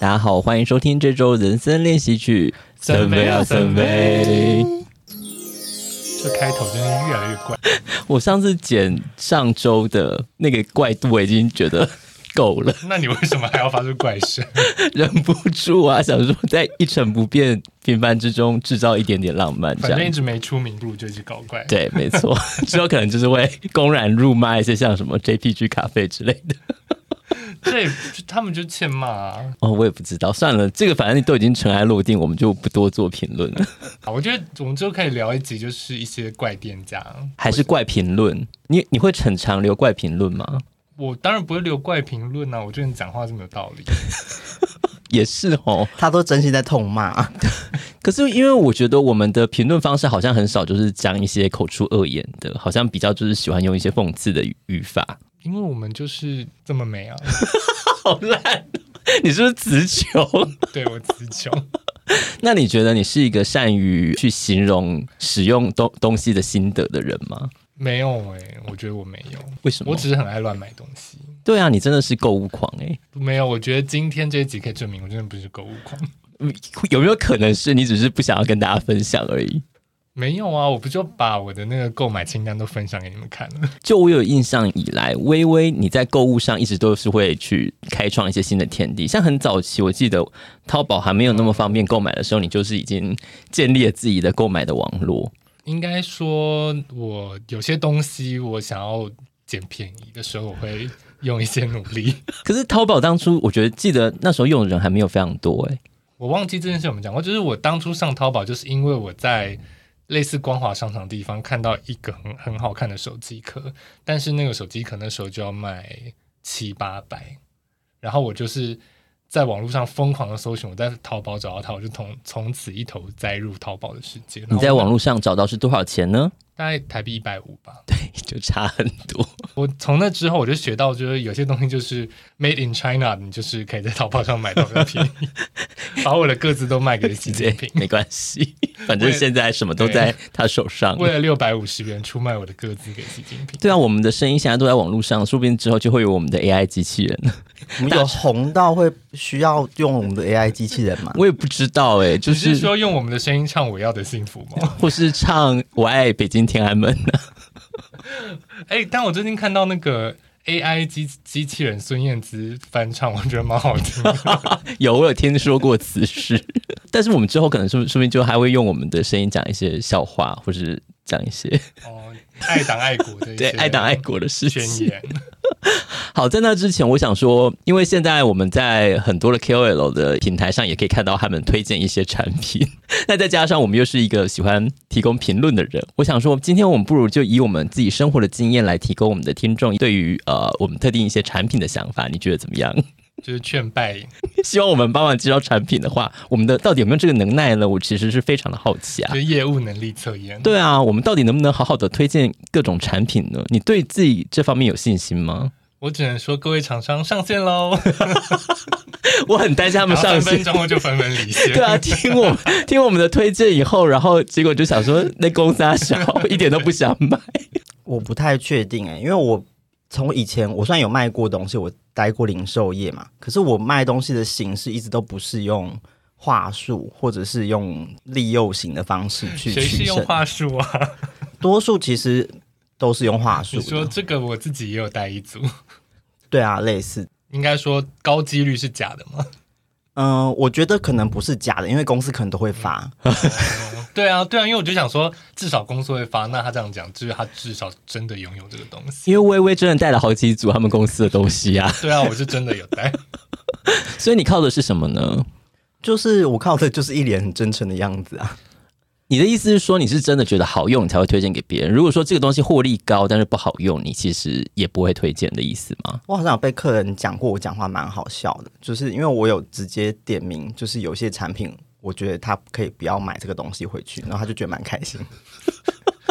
大家好，欢迎收听这周人生练习曲。森威啊，森威！ 这开头真的越来越怪。 我上次剪上周的那个怪度，我已经觉得够了。 那你为什么还要发出怪声？ 忍不住啊，想说在一成不变平凡之中制造一点点浪漫。 反正一直没出名，不如就一直搞怪。 对，没错。之后可能就是会公然辱骂一些像什么 JPG 咖啡之类的。 对，他们就欠骂啊。 哦，我也不知道，算了，这个反正都已经尘埃落定，我们就不多做评论了。 我觉得我们之后可以聊一集，就是一些怪店家， 还是怪评论。你会很常留怪评论吗？ 我当然不会留怪评论啊，我觉得你讲话这么有道理。 也是哦， 他都真心在痛骂。 可是因为我觉得我们的评论方式好像很少就是讲一些口出恶言的，好像比较就是喜欢用一些讽刺的语法。 因为我们就是这么美啊。 好烂，你是不是词穷？ 对，我词穷。 那你觉得你是一个善于去形容使用东西的心得的人吗？ 没有我觉得我没有。 为什么？ 我只是很爱乱买东西。 对啊，你真的是购物狂没有，我觉得今天这一集可以证明我真的不是购物狂。 有没有可能是你只是不想要跟大家分享而已？ 没有啊，我不就把我的那个购买清单都分享给你们看了。 就我有印象以来，微微你在购物上一直都是会去开创一些新的天地。像很早期，我记得淘宝还没有那么方便购买的时候，你就是已经建立了自己的购买的网络。 应该说，我有些东西我想要捡便宜的时候，我会用一些努力。 可是淘宝当初，我觉得记得那时候用的人还没有非常多我忘记这件事有没有讲过，就是我当初上淘宝，就是因为我在类似光华商场的地方看到一个很好看的手机壳，但是那个手机壳那时候就要卖700-800，然后我就是在网络上疯狂的搜寻，我在淘宝找到它，我就从此一头栽入淘宝的世界。 你在网络上找到是多少钱呢？ 大概台币150吧。 对，就差很多。 我从那之后我就学到，就是有些东西就是 Made in China， 你就是可以在淘宝上买到更便宜。把我的个子都卖给习近平， 没关系，反正现在什么都在他手上。 为了650元出卖我的个子给习近平。 对啊，我们的声音现在都在网络上，说不定之后就会有我们的 AI 机器人。 我们有红到会需要用我们的 AI 机器人吗？ 我也不知道就是你是说用我们的声音唱我要的幸福吗？ 或是唱我爱北京天安门呢？ 但我最近看到那个 AI 机器人孙燕姿翻唱，我觉得蛮好听的。 有，我有听说过此事。但是我们之后可能说不定就还会用我们的声音讲一些笑话，或是讲一些爱党爱国的一些对爱党爱国的事情宣言。 好，在那之前我想说，因为现在我们在很多的 KOL 的平台上也可以看到他们推荐一些产品，那再加上我们又是一个喜欢提供评论的人，我想说今天我们不如就以我们自己生活的经验来提供我们的听众对于我们特定一些产品的想法，你觉得怎么样？ 就是劝败。 希望我们帮忙介绍产品的话，我们的到底有没有这个能耐呢？我其实是非常的好奇啊。 就是业务能力测验。 对啊，我们到底能不能好好的推荐各种产品呢？你对自己这方面有信心吗？ 我只能说各位厂商上线咯。 我很担心他们上线 3分钟后就纷纷离线。 对啊，听我们的推荐以后，然后结果就想说那公司小一点都不想买。 我不太确定因为我从以前我虽然有卖过东西，我待过零售业嘛，可是我卖东西的形式一直都不是用话术或者是用利诱型的方式去取胜。 谁是用话术啊？ 多数其实都是用话术。 你说这个我自己也有带一组。 对啊，类似。 应该说高几率是假的吗？ 我觉得可能不是假的，因为公司可能都会发。 对啊，因为我就想说，至少公司会发，那他这样讲，就是他至少真的拥有这个东西。 因为微微真的带了好几组他们公司的东西啊。 对啊，我是真的有带。 所以你靠的是什么呢？ 就是我靠的就是一脸很真诚的样子啊。 你的意思是说你是真的觉得好用你才会推荐给别人，如果说这个东西获利高但是不好用，你其实也不会推荐的意思吗？ 我好像有被客人讲过我讲话蛮好笑的，就是因为我有直接点名，就是有些产品我觉得他可以不要买这个东西回去，然后他就觉得蛮开心。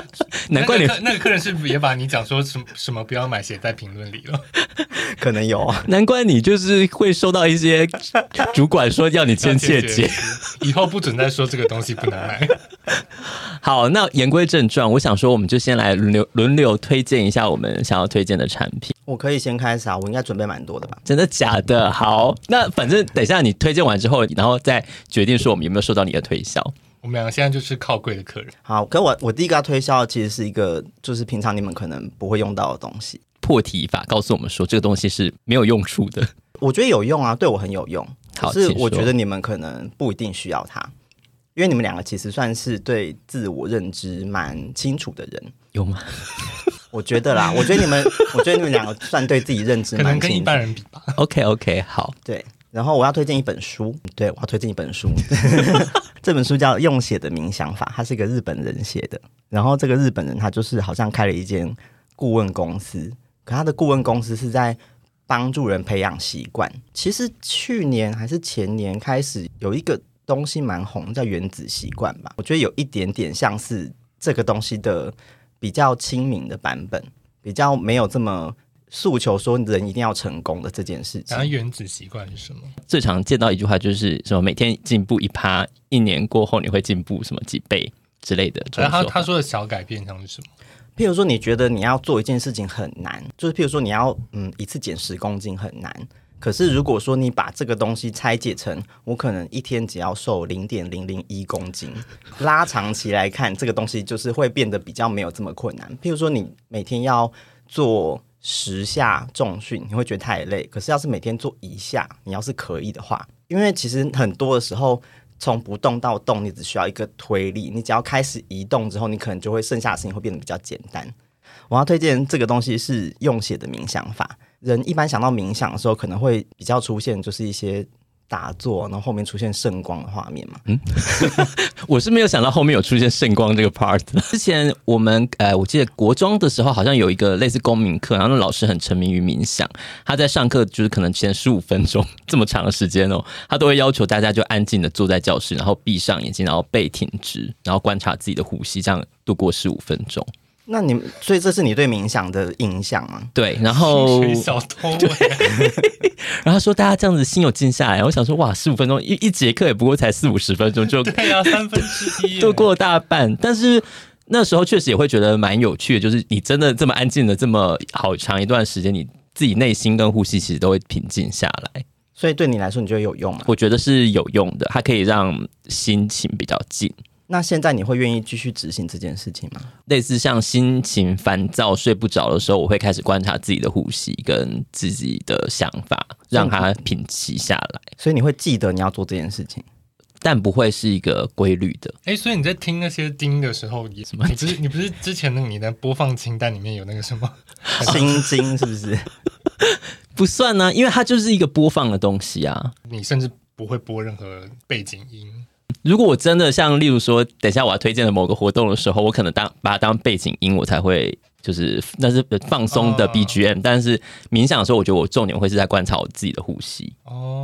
难怪你那个客人是不是也把你讲说什么不要买写在评论里了？ 可能有啊。 难怪你就是会收到一些主管说要你签切结， 以后不准再说这个东西不能买。 好，那言归正传，我想说我们就先来轮流推荐一下我们想要推荐的产品。 我可以先开始啊，我应该准备蛮多的吧？ 真的假的？好，那反正等一下你推荐完之后，然后再决定说我们有没有收到你的推销。 我们两个现在就是靠柜的客人。 好，可我第一个要推销的其实是一个就是平常你们可能不会用到的东西。 破题法告诉我们说这个东西是没有用处的。 我觉得有用啊，对我很有用。 好， 可是我觉得你们可能不一定需要它。因为你们两个其实算是对自我认知蛮清楚的人， 有吗？ 我觉得啦，我觉得你们两个算对自己认知蛮清楚， 可能跟一般人比吧。 OK， 好， 对。然后我要推荐一本书，对，我要推荐一本书，这本书叫《用写的冥想法》，它是一个日本人写的。然后这个日本人他就是好像开了一间顾问公司，可他的顾问公司是在帮助人培养习惯。其实去年还是前年开始有一个东西蛮红，叫原子习惯吧，我觉得有一点点像是这个东西的比较亲民的版本，比较没有这么诉求说人一定要成功的这件事情。 然后原子习惯是什么？ 最常见到一句话就是什么每天进步1%，一年过后你会进步什么几倍之类的。 他说的小改变像是什么？ 譬如说你觉得你要做一件事情很难，就是譬如说你要一次减10公斤很难，可是如果说你把这个东西拆解成我可能一天只要瘦0.001公斤，拉长期来看这个东西就是会变得比较没有这么困难。譬如说你每天要做10下重训，你会觉得太累，可是要是每天做1下，你要是可以的话，因为其实很多的时候从不动到动你只需要一个推力，你只要开始移动之后，你可能就会剩下的事情会变得比较简单。我要推荐这个东西是用写的冥想法。人一般想到冥想的时候，可能会比较出现就是一些打坐，然后后面出现圣光的画面嘛。 我是没有想到后面有出现圣光这个 part。之前我们我记得国中的时候好像有一个类似公民课，然后那老师很沉迷于冥想，他在上课就是可能前15分钟这么长的时间哦，他都会要求大家就安静的坐在教室，然后闭上眼睛，然后背挺直，然后观察自己的呼吸，这样度过15分钟。 那所以这是你对冥想的印象吗？ 对，然后水小偷然后说大家这样子心有静下来，我想说哇，15分钟一节课也不过才40-50分钟就对啊1/3 度过大半，但是那时候确实也会觉得蛮有趣的，就是你真的这么安静的这么好长一段时间，你自己内心跟呼吸其实都会平静下来。 所以对你来说你觉得有用吗？ 我觉得是有用的，它可以让心情比较静。 那现在你会愿意继续执行这件事情吗？ 类似像心情烦躁睡不着的时候，我会开始观察自己的呼吸跟自己的想法，让它平息下来。 所以你会记得你要做这件事情， 但不会是一个规律的。 所以你在听那些叮的时候也，你不是之前那个你的播放清单里面有那个什么心经是不是？ 不算啊，因为它就是一个播放的东西啊。 你甚至不会播任何背景音。 如果我真的像例如说等一下我要推荐的某个活动的时候，我可能把它当背景音，我才会就是那是放松的 BGM，但是冥想的时候我觉得我重点会是在观察我自己的呼吸。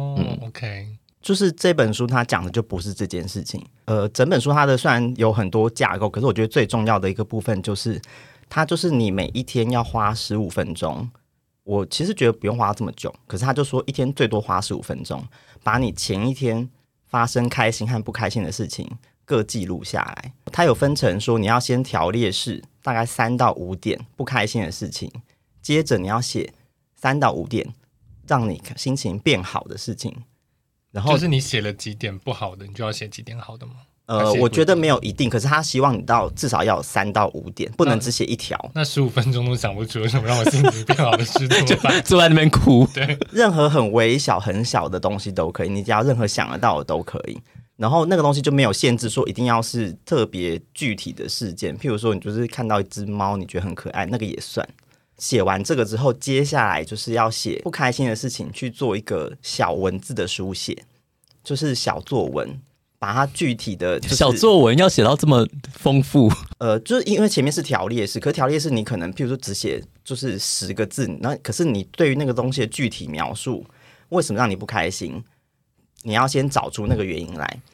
OK， 就是这本书它讲的就不是这件事情。整本书它的虽然有很多架构，可是我觉得最重要的一个部分就是它就是你每一天要花15分钟。我其实觉得不用花这么久，可是他就说一天最多花15分钟，把你前一天发生开心和不开心的事情各记录下来。它有分成说你要先条列式大概3到5点不开心的事情，接着你要写3到5点让你心情变好的事情，然后就是你写了几点不好的，你就要写几点好的吗？ 我觉得没有一定，可是他希望你到至少要有3到5点，不能只写一条。 那15分钟都想不出有什么让我心情变好的事，怎么办？ 坐在那边哭。 对， 任何很微小很小的东西都可以，你只要任何想得到的都可以。然后那个东西就没有限制说一定要是特别具体的事件，譬如说你就是看到一只猫你觉得很可爱，那个也算。写完这个之后，接下来就是要写不开心的事情，去做一个小文字的书写，就是小作文，把它具体的、就是、 小作文要写到这么丰富。 就是因为前面是条列式，可条列式你可能譬如说只写就是10个字，那可是你对于那个东西的具体描述，为什么让你不开心，你要先找出那个原因来。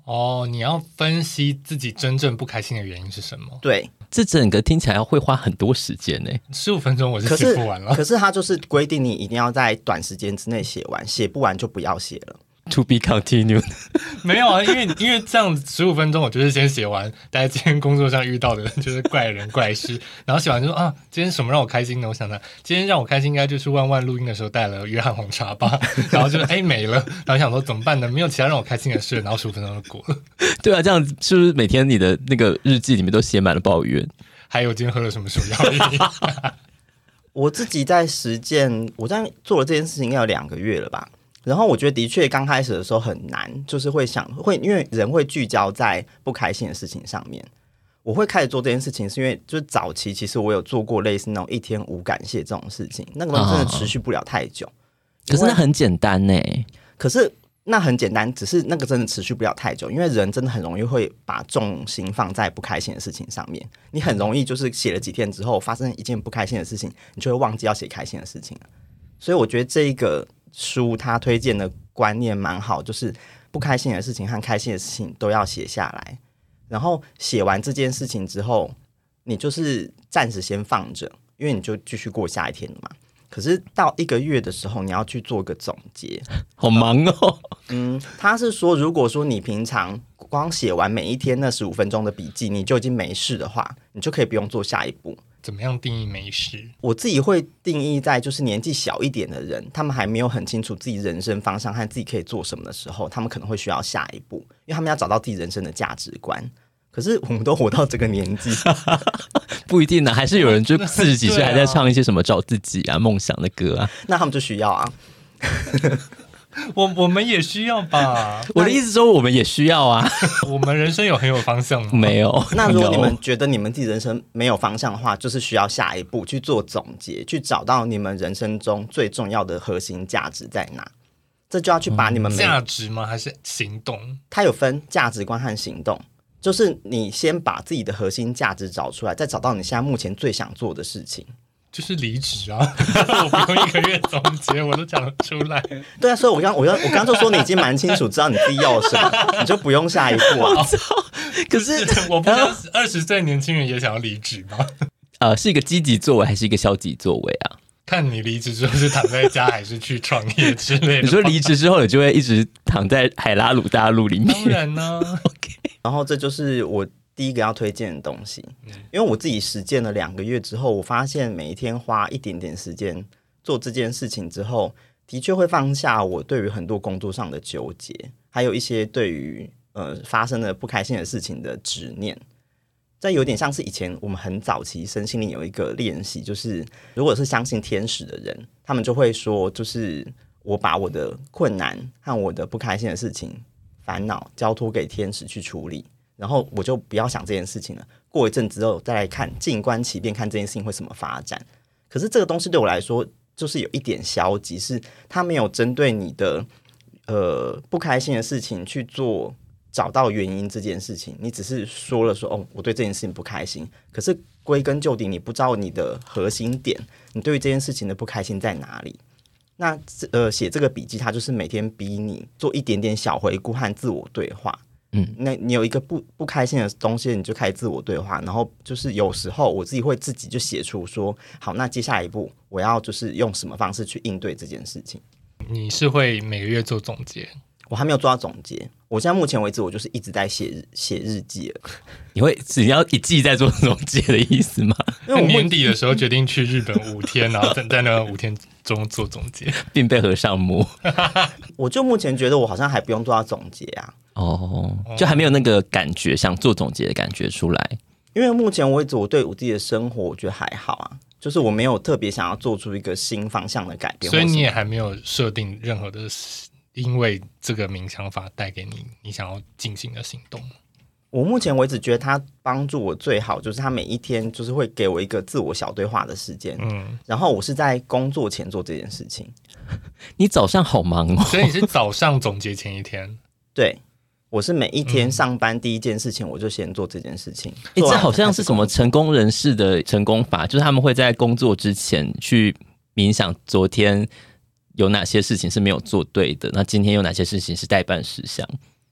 哦，你要分析自己真正不开心的原因是什么？ 对， 这整个听起来会花很多时间呢。 15分钟我是写不完了。 可是他就是规定你一定要在短时间之内写完，写不完就不要写了。 To be continued 没有啊，因为这样15分钟，我就是先写完大家今天工作上遇到的就是怪人怪事，然后写完就说啊，今天什么让我开心呢？我想到今天让我开心应该就是万万录音的时候带了约翰红茶吧，然后就是没了，然后想说怎么办呢？没有其他让我开心的事，然后15分钟就过了。 对啊，这样是不是每天你的那个日记里面都写满了抱怨？ 还有今天喝了什么手摇饮？ 我自己在实践，我在做了这件事情应该有2个月了吧。然后我觉得的确刚开始的时候很难，就是会因为人会聚焦在不开心的事情上面。我会开始做这件事情是因为就是早期其实我有做过类似那种1天无感谢这种事情，那个东西真的持续不了太久。 可是那很简单呢。 可是那很简单，只是那个真的持续不了太久，因为人真的很容易会把重心放在不开心的事情上面。你很容易就是写了几天之后，发生一件不开心的事情，你就会忘记要写开心的事情了。所以我觉得这一个书他推荐的观念蛮好，就是不开心的事情和开心的事情都要写下来，然后写完这件事情之后，你就是暂时先放着，因为你就继续过下一天了嘛。可是到1个月的时候，你要去做个总结， 好忙哦。 他是说，如果说你平常光写完每一天那15分钟的笔记，你就已经没事的话，你就可以不用做下一步。 怎么样定义没事？ 我自己会定义在就是年纪小一点的人，他们还没有很清楚自己人生方向和自己可以做什么的时候，他们可能会需要下一步，因为他们要找到自己人生的价值观。可是我们都活到这个年纪， 不一定呢，还是有人就40几岁还在唱一些什么找自己啊、梦想的歌啊， 那他们就需要啊。 我们也需要吧？ 我的意思说，我们也需要啊。 我们人生有很有方向吗？ 没有。 那如果你们觉得你们自己人生没有方向的话，就是需要下一步去做总结，去找到你们人生中最重要的核心价值在哪。这就要去把你们价值吗？还是行动？ 它有分价值观和行动，就是你先把自己的核心价值找出来，再找到你现在目前最想做的事情。 就是离职啊！我不用1个月总结，我都讲得出来。 对啊，所以我刚就说你已经蛮清楚知道你自己要什么，你就不用下一步啊。 可是我不知道20岁年轻人也想要离职吗？ 是一个积极作为还是一个消极作为啊？ 看你离职之后是躺在家还是去创业之类的。 你说离职之后你就会一直躺在海拉鲁大陆里面？ 当然呢。 OK， 然后这就是我第一个要推荐的东西，因为我自己实践了2个月之后，我发现每一天花一点点时间做这件事情之后，的确会放下我对于很多工作上的纠结，还有一些对于发生了不开心的事情的执念。这有点像是以前我们很早期身心灵有一个练习，就是如果是相信天使的人，他们就会说，就是我把我的困难和我的不开心的事情、烦恼交托给天使去处理。然后我就不要想这件事情了，过一阵之后再来看，静观其变，看这件事情会怎么发展。可是这个东西对我来说就是有一点消极，是它没有针对你的不开心的事情去做找到原因这件事情，你只是说了说哦，我对这件事情不开心，可是归根究底你不知道你的核心点，你对于这件事情的不开心在哪里。那写这个笔记它就是每天逼你做一点点小回顾和自我对话。那你有一个不开心的东西，你就开始自我对话，然后就是有时候我自己会自己就写出说，好，那接下来一步我要就是用什么方式去应对这件事情。 你是会每个月做总结？ 我还没有做到总结，我现在目前为止我就是一直在写日记了。 你要一季在做总结的意思吗？ 因为我年底的时候决定去日本5天，然后在那5天中做总结， 并被和尚摸。 我就目前觉得我好像还不用做到总结啊。 就还没有那个感觉，想做总结的感觉出来。 因为目前为止我对我自己的生活我觉得还好啊，就是我没有特别想要做出一个新方向的改变， 所以你也还没有设定任何的因为这个冥想法带给你想要进行的行动。 我目前为止觉得它帮助我最好就是它每一天就是会给我一个自我小对话的时间，然后我是在工作前做这件事情。 你早上好忙哦， 所以你是早上总结前一天？ 对，我是每一天上班第一件事情我就先做这件事情。 这好像是什么成功人士的成功法，就是他们会在工作之前去冥想昨天有哪些事情是没有做对的，那今天有哪些事情是待办事项。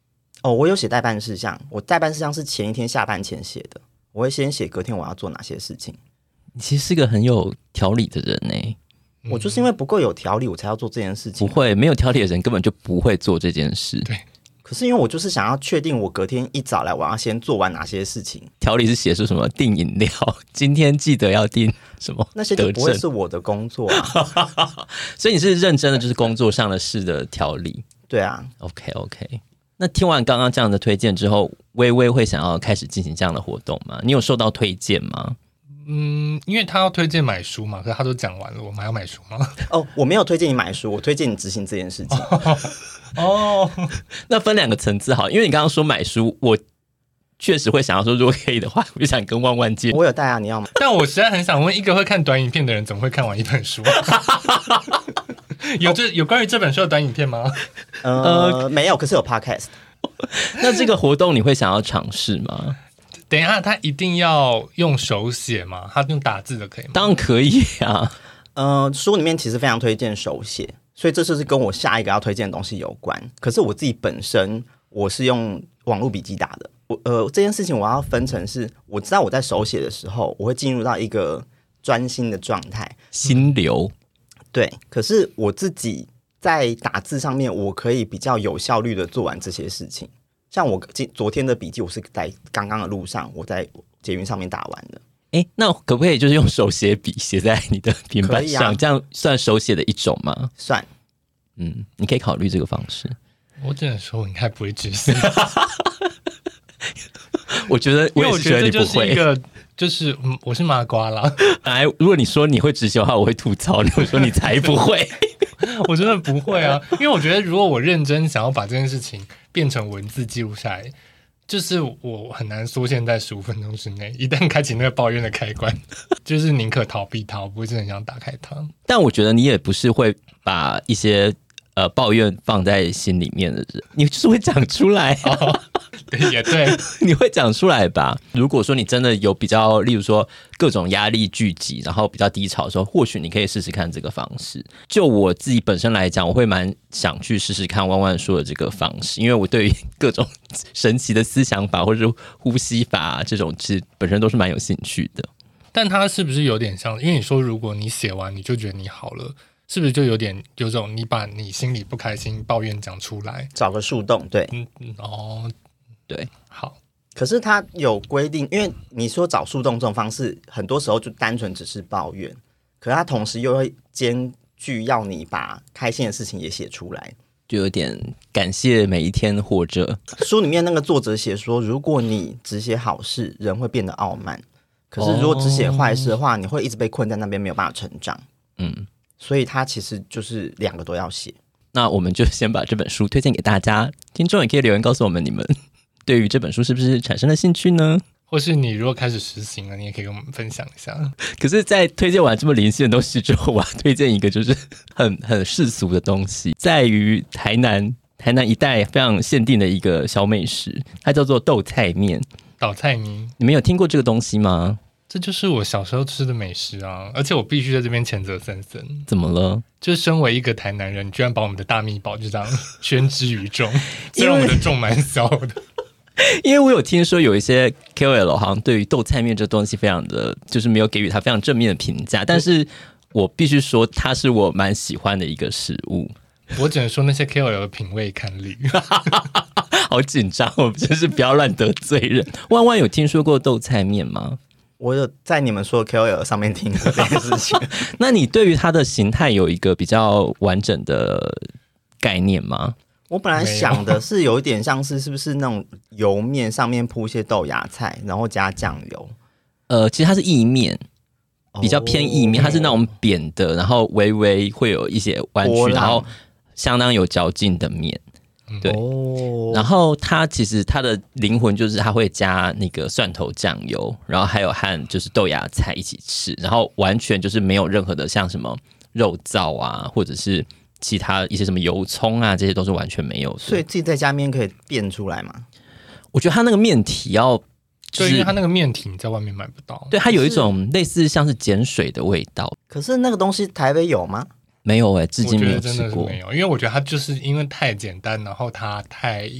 哦，我有写待办事项，我待办事项是前一天下班前写的，我会先写隔天我要做哪些事情。 你其实是个很有条理的人呢。 我就是因为不够有条理，我才要做这件事情。 不会，没有条理的人根本就不会做这件事。 对。 可是因为我就是想要确定我隔天一早来我要先做完哪些事情。 条理是写出什么订饮料，今天记得要订什么， 那些就不会是我的工作啊。 所以你是认真的，就是工作上的事的条理。 对啊。 OK。那听完刚刚这样的推荐之后，微微会想要开始进行这样的活动吗？你有受到推荐吗？ 因为他要推荐买书嘛，可是他都讲完了，我们还要买书吗？ 哦，我没有推荐你买书，我推荐你执行这件事情。 哦， 那分2个层次好，因为你刚刚说买书，我确实会想要说，如果可以的话，我就想跟万万借。 我有带啊，你要吗？ 但我实在很想问，一个会看短影片的人，怎么会看完一本书？有关于这本书的短影片吗？ 没有，可是有 podcast。 那这个活动你会想要尝试吗？ 等一下，他一定要用手写吗？他用打字的可以吗？ 当然可以啊。 书里面其实非常推荐手写，所以这就是跟我下一个要推荐的东西有关。可是我自己本身我是用网络笔记打的。这件事情我要分成是，我知道我在手写的时候，我会进入到一个专心的状态， 心流。 对，可是我自己在打字上面，我可以比较有效率的做完这些事情。像我昨天的笔记，我是在刚刚的路上，我在捷运上面打完的。 那可不可以就是用手写笔写在你的平板上，这样算手写的一种吗？ 算。 你可以考虑这个方式。 我只能说我应该不会执行。 我觉得，我也是觉得你不会。 就是我是麻瓜啦。 如果你说你会执行的话，我会吐槽。你会说你才不会。 我真的不会啊，因为我觉得如果我认真想要把这件事情变成文字记录下来，就是我很难缩限在15分钟之内。一旦开启那个抱怨的开关，就是宁可逃避它，我不会真的想打开它。 但我觉得你也不是会把一些抱怨放在心里面的人，你就是会讲出来。 也对。 你会讲出来吧。如果说你真的有比较，例如说各种压力聚集，然后比较低潮的时候，或许你可以试试看这个方式。就我自己本身来讲，我会蛮想去试试看万万说的这个方式，因为我对于各种神奇的思想法或者是呼吸法这种，其实本身都是蛮有兴趣的。 但它是不是有点像，因为你说如果你写完你就觉得你好了，是不是就有种你把你心里不开心抱怨讲出来， 找个树洞？对。 对， 好。 可是他有规定，因为你说找树洞这种方式，很多时候就单纯只是抱怨，可是他同时又会兼具要你把开心的事情也写出来， 就有点感谢每一天活着。 书里面那个作者写说，如果你只写好事，人会变得傲慢；可是如果只写坏事的话，你会一直被困在那边，没有办法成长。所以他其实就是2个都要写。 那我们就先把这本书推荐给大家，听众也可以留言告诉我们你们对于这本书是不是产生了兴趣呢？ 或是你如果开始实行了，你也可以跟我们分享一下。 可是在推荐完这么灵性的东西之后，我要推荐一个就是很世俗的东西，在于台南一带非常限定的一个小美食，它叫做豆菜面。 倒菜泥， 你们有听过这个东西吗？ 这就是我小时候吃的美食啊！而且我必须在这边谴责森森。 怎么了？ 就是身为一个台南人，居然把我们的大秘宝就这样宣之于众，虽然我们的众蛮小的。 因为我有听说有一些 KOL 好像对于豆菜面这东西非常的，就是没有给予它非常正面的评价，但是我必须说它是我蛮喜欢的一个食物。 我只能说那些 KOL 的品味看绿。 好紧张，我真是不要乱得罪人。万万有听说过豆菜面吗？ 我有在你们说的 KOL 上面听过这件事情。 那你对于它的形态有一个比较完整的概念吗？ 我本来想的是有一点像是不是那种油面上面铺一些豆芽菜，然后加酱油。 其实它是意面，比较偏意面，它是那种扁的，然后微微会有一些弯曲，然后相当有嚼劲的面。对，然后它其实它的灵魂就是它会加那个蒜头酱油，然后还有和就是豆芽菜一起吃，然后完全就是没有任何的像什么肉燥啊，或者是其他一些什么油葱啊，这些都是完全没有的。 所以自己在家面可以变出来吗？ 我觉得它那个面体要， 对，因为它那个面体你在外面买不到， 对，它有一种类似像是碱水的味道。 可是那个东西台北有吗？ 没有至今没有吃过。 没有，因为我觉得它就是因为太简单，然后它太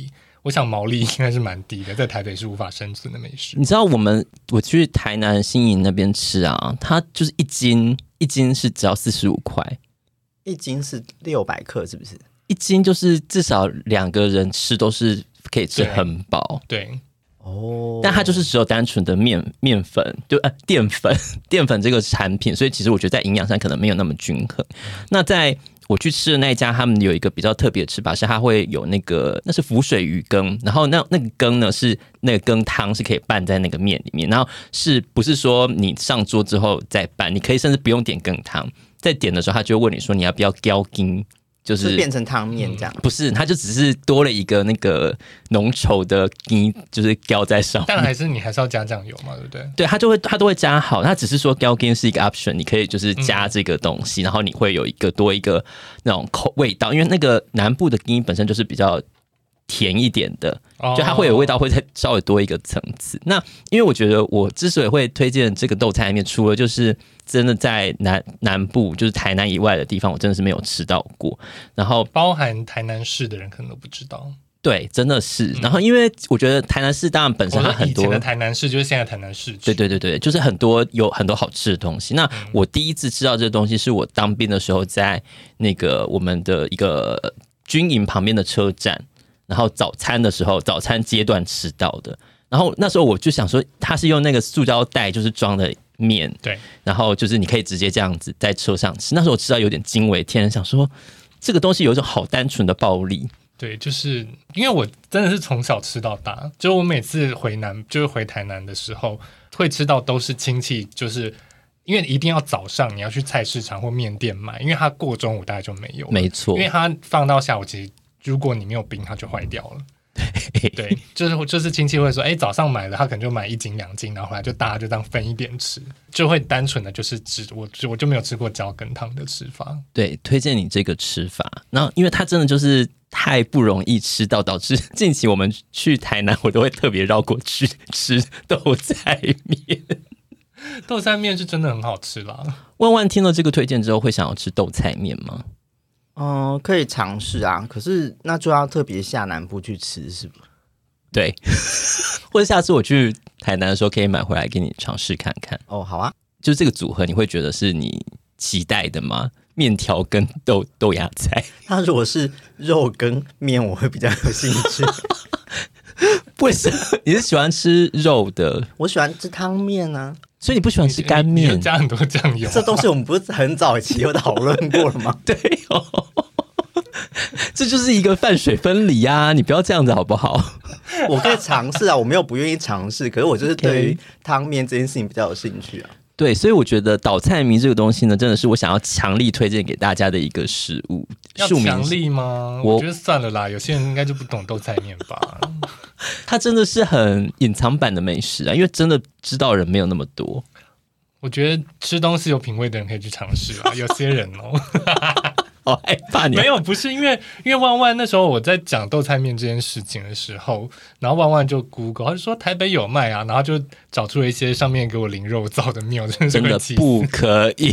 我想毛利应该是蛮低的，在台北是无法生存的美食。 你知道我去台南新营那边吃啊，它就是一斤是只要45块， 一斤是600克，是不是？ 一斤就是至少2个人吃都是可以吃很饱。 对。 哦， 但它就是只有单纯的面粉，就淀粉这个产品，所以其实我觉得在营养上可能没有那么均衡。那在我去吃的那一家，他们有一个比较特别的吃法，是它会有那是浮水鱼羹，然后那个羹呢是那个羹汤是可以拌在那个面里面，然后是不是说你上桌之后再拌，你可以甚至不用点羹汤，在点的时候他就会问你说你要不要浇羹。就是变成汤面这样， 不是，它就只是多了一个那个浓稠的羹，就是浇在上面。 但你还是要加酱油嘛，对不对？ 对，它都会加好，它只是说浇羹是一个 option， 你可以就是加这个东西，然后你会有多一个那种味道，因为那个南部的羹本身就是比较甜一点的，就它会有味道，会再稍微多一个层次。那因为我觉得我之所以会推荐这个豆菜面，除了就是真的在南部，就是台南以外的地方，我真的是没有吃到过。然后包含台南市的人可能都不知道。 对，真的是。然后因为我觉得台南市当然本身它很多， 以前的台南市就是现在台南市区。 对，就是有很多好吃的东西。那我第一次吃到这个东西是我当兵的时候，在那个我们的一个军营旁边的车站。然后早餐阶段吃到的，然后那时候我就想说，它是用那个塑胶袋就是装的面， 对， 然后就是你可以直接这样子在车上吃。那时候我吃到有点惊为天人，想说这个东西有一种好单纯的暴力。 对，就是因为我真的是从小吃到大，就我每次回台南的时候，会吃到都是亲戚，就是因为一定要早上你要去菜市场或面店买，因为它过中午大概就没有了， 没错， 因为它放到下午其实。如果你没有冰，它就坏掉了。对，就是亲戚会说，早上买了，他可能就买1斤2斤，然后后来就大家就这样分一点吃，就会单纯的就是我就没有吃过浇羹汤的吃法。 对，推荐你这个吃法。然后因为它真的就是太不容易吃到，导致近期我们去台南，我都会特别绕过去吃豆菜面。 豆菜面是真的很好吃啦。 万万听了这个推荐之后，会想要吃豆菜面吗？ 可以尝试啊，可是那就要特别下南部去吃，是吧？ 对，或者下次我去台南的时候，可以买回来给你尝试看看。 哦，好啊， 就这个组合，你会觉得是你期待的吗？面条跟豆芽菜， 它如果是肉跟面，我会比较有兴趣。 为什么？你是喜欢吃肉的？ 我喜欢吃汤面啊。 所以你不喜欢吃干面？ 你加很多酱油。 这东西我们不是很早期有讨论过了吗？ 对哦，这就是一个饭水分离啊！你不要这样子好不好？ 我可以尝试啊，我没有不愿意尝试，可是我就是对于汤面这件事情比较有兴趣啊。 对，所以我觉得倒菜迷这个东西呢，真的是我想要强力推荐给大家的一个食物。 要强力吗？我觉得算了啦，有些人应该就不懂豆菜面吧。 它真的是很隐藏版的美食啊，因为真的知道人没有那么多。 我觉得吃东西有品味的人可以去尝试啊，有些人哦。 好害怕你。 没有，不是因为万万那时候我在讲豆菜面这件事情的时候，然后万万就 Google， 他就说台北有卖啊，然后就找出了一些上面给我淋肉燥的面，我真的不可以。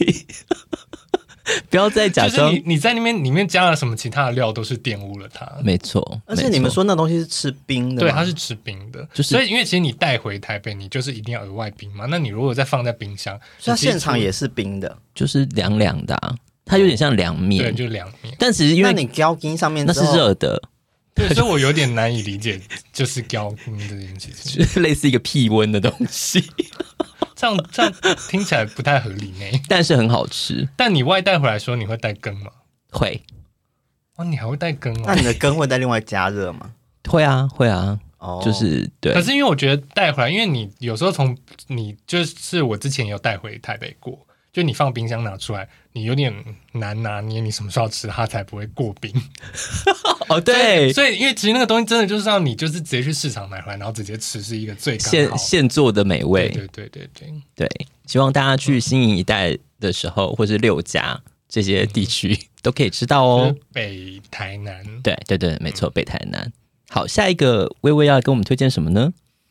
不要再假装你在那边里面加了什么其他的料，都是玷污了它。 没错， 而且你们说那东西是吃冰的吗？ 对，它是吃冰的，所以因为其实你带回台北，你就是一定要额外冰嘛。那你如果再放在冰箱， 它现场也是冰的， 就是凉凉的啊，它有点像凉面， 对，就是凉面。 但其实因为你浇冰上面那是热的， 对，所以我有点难以理解，就是浇冰这件事情， 就是类似一个屁温的东西。 这样听起来不太合理呢， 但是很好吃。 但你外带回来说你会带羹吗？ 会。 哦，你还会带羹哦？ 那你的羹会再另外加热吗？ 会啊，会啊。 哦， 就是对。 可是因为我觉得带回来，因为你有时候你就是我之前也有带回台北过，就你放冰箱拿出来，你有点难拿捏，你什么时候吃它才不会过冰。 哦，对， 所以因为其实那个东西真的就是让你就是直接去市场买回来，然后直接吃是一个最刚好现做的美味。 对， 希望大家去新营一带的时候，或是六家这些地区都可以吃到哦。 北台南， 对，没错，北台南。好，下一个微微要跟我们推荐什么呢？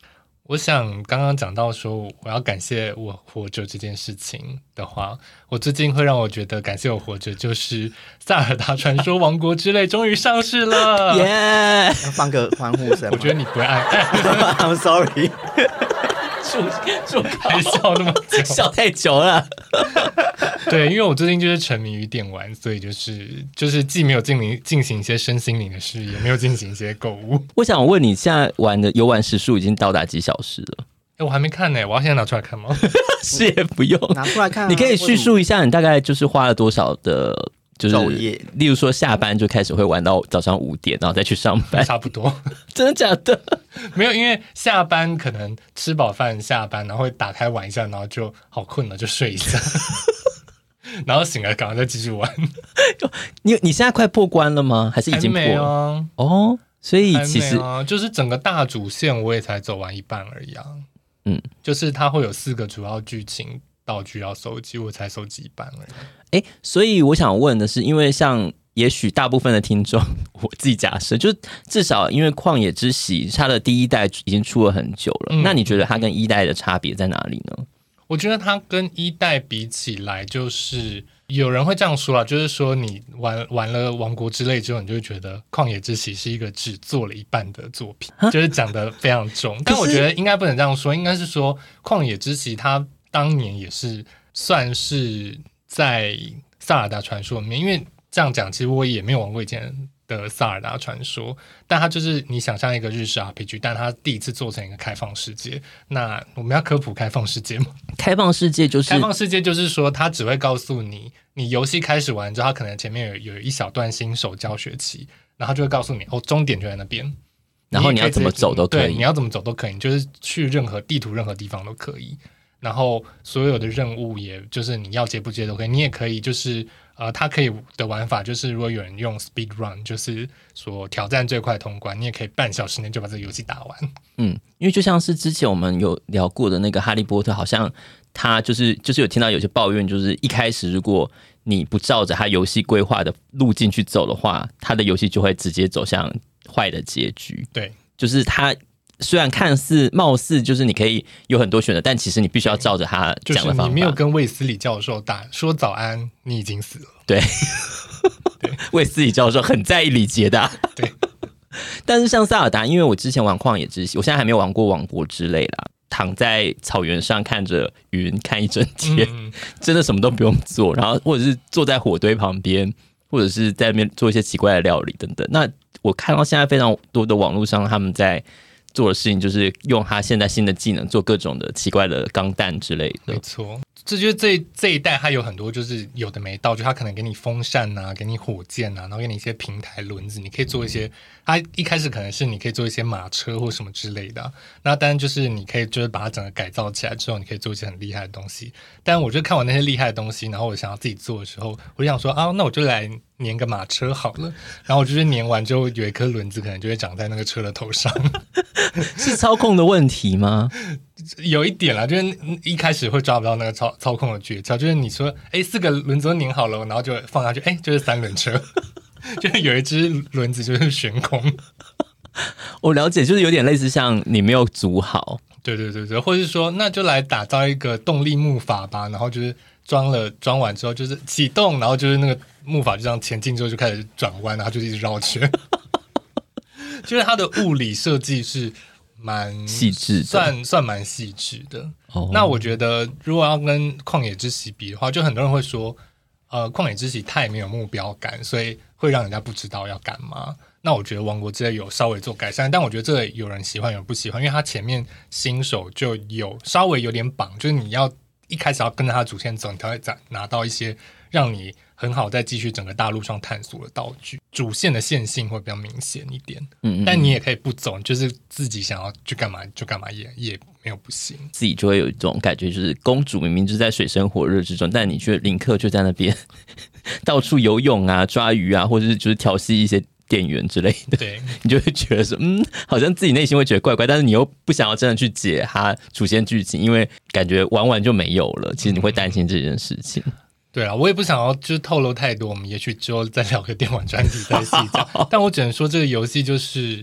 我想刚刚讲到说我要感谢我活着这件事情的话，我最近会让我觉得感谢我活着就是萨尔达传说王国之泪终于上市了， 耶！ 要放个欢呼声吗。 我觉得你不会按 I'm sorry， 就还笑那么久， 笑太久了。 对，因为我最近就是沉迷于电玩，所以就是既没有进行一些身心灵的事，也没有进行一些购物。 我想问你，现在玩的游玩时数已经到达几小时了？ 我还没看呢，我要现在拿出来看吗？ 是也不用拿出来看、啊。 你可以叙述一下，你大概就是花了多少的，就是昼夜， 例如说下班就开始会玩到早上5点，然后再去上班， 差不多。 真的假的？ 没有，因为下班可能吃饱饭下班，然后会打开玩一下，然后就好困了，就睡一下。然后醒来赶快再继续玩。 你现在快破关了吗？还是已经破了？ 还没啊。 哦，所以其实、 就是整个大主线我也才走完一半而已啊。就是它会有4个主要剧情道具要收集，我才收集一半而已。 所以我想问的是，因为像也许大部分的听众，我自己假设，就是至少因为旷野之息它的第1代已经出了很久了，那你觉得它跟1代的差别在哪里呢？ 我觉得它跟1代比起来，就是有人会这样说啦，就是说你玩了王国之泪之后，你就会觉得旷野之息是一个只做了一半的作品，就是讲得非常重。但我觉得应该不能这样说，应该是说旷野之息它当年也是算是在萨尔达传说里面，因为这样讲其实我也没有玩过以前的萨尔达传说，但它就是你想象一个日式 RPG， 但它第一次做成一个开放世界。那我们要科普开放世界吗？ 开放世界就是说它只会告诉你，你游戏开始玩之后，它可能前面有一小段新手教学期，然后它就会告诉你终点就在那边， 然后你要怎么走都可以。 对，你要怎么走都可以，你就是去任何地图任何地方都可以。然后所有的任务也就是你要接不接都可以，你也可以就是它可以的玩法就是如果有人用 speed run， 就是说挑战最快通关，你也可以半小时内就把这个游戏打完。 因为就像是之前我们有聊过的那个哈利波特，好像他就是有听到有些抱怨，就是一开始如果你不照着他游戏规划的路径去走的话，他的游戏就会直接走向坏的结局。 对， 就是他虽然貌似就是你可以有很多选择，但其实你必须要照着他讲的方法。 就是你没有跟卫斯理教授说早安，你已经死了。 对，卫斯理教授很在意礼节的。 对， 但是像萨尔达，因为我之前玩旷野之息，我现在还没有玩过王国之泪啦。躺在草原上看着云看一整天，真的什么都不用做，然后或者是坐在火堆旁边，或者是在那边做一些奇怪的料理等等。那我看到现在非常多的网络上他们在做的事情，就是用他现在新的技能做各种的奇怪的钢弹之类的。 没错，这就是这一代它有很多就是有的没道具，它可能给你风扇啊，给你火箭啊，然后给你一些平台轮子，你可以做一些。它一开始可能是你可以做一些马车或什么之类的那当然就是你可以就是把它整个改造起来之后，你可以做一些很厉害的东西。但我就看完那些厉害的东西，然后我想要自己做的时候，我就想说那我就来粘个马车好了。然后我就是粘完之后，有一颗轮子可能就会长在那个车的头上。 是操控的问题吗？ 有一点啦，就是一开始会抓不到那个操控的诀窍，就是你说4个轮子都拧好了，然后就放下去，就是3轮车。就是有一只轮子就是悬空。 我了解，就是有点类似像你没有组好。 对，或者是说那就来打造一个动力木筏吧，然后就是装完之后就是启动，然后就是那个木筏就这样前进之后就开始转弯，然后就一直绕圈。就是它的物理设计是蛮细致的， 算蛮细致的。那我觉得如果要跟旷野之息比的话，就很多人会说旷野之息太没有目标感，所以会让人家不知道要干嘛。那我觉得王国之泪有稍微做改善，但我觉得这有人喜欢有人不喜欢，因为他前面新手就有稍微有点绑，就是你要一开始要跟着他主线走，你才会拿到一些让你很好再继续整个大陆上探索的道具，主线的线性会比较明显一点。但你也可以不走，就是自己想要去干嘛就干嘛，也没有不行。 自己就会有一种感觉，就是公主明明就在水深火热之中，但你却林克就在那边到处游泳啊、抓鱼啊，或者是就是调戏一些店员之类的。 对， 你就会觉得说，好像自己内心会觉得怪怪，但是你又不想要真的去解它主线剧情，因为感觉玩完就没有了。其实你会担心这件事情。 对啊，我也不想要就是透露太多，我们也许之后再聊个电玩专题再细讲。但我只能说这个游戏就是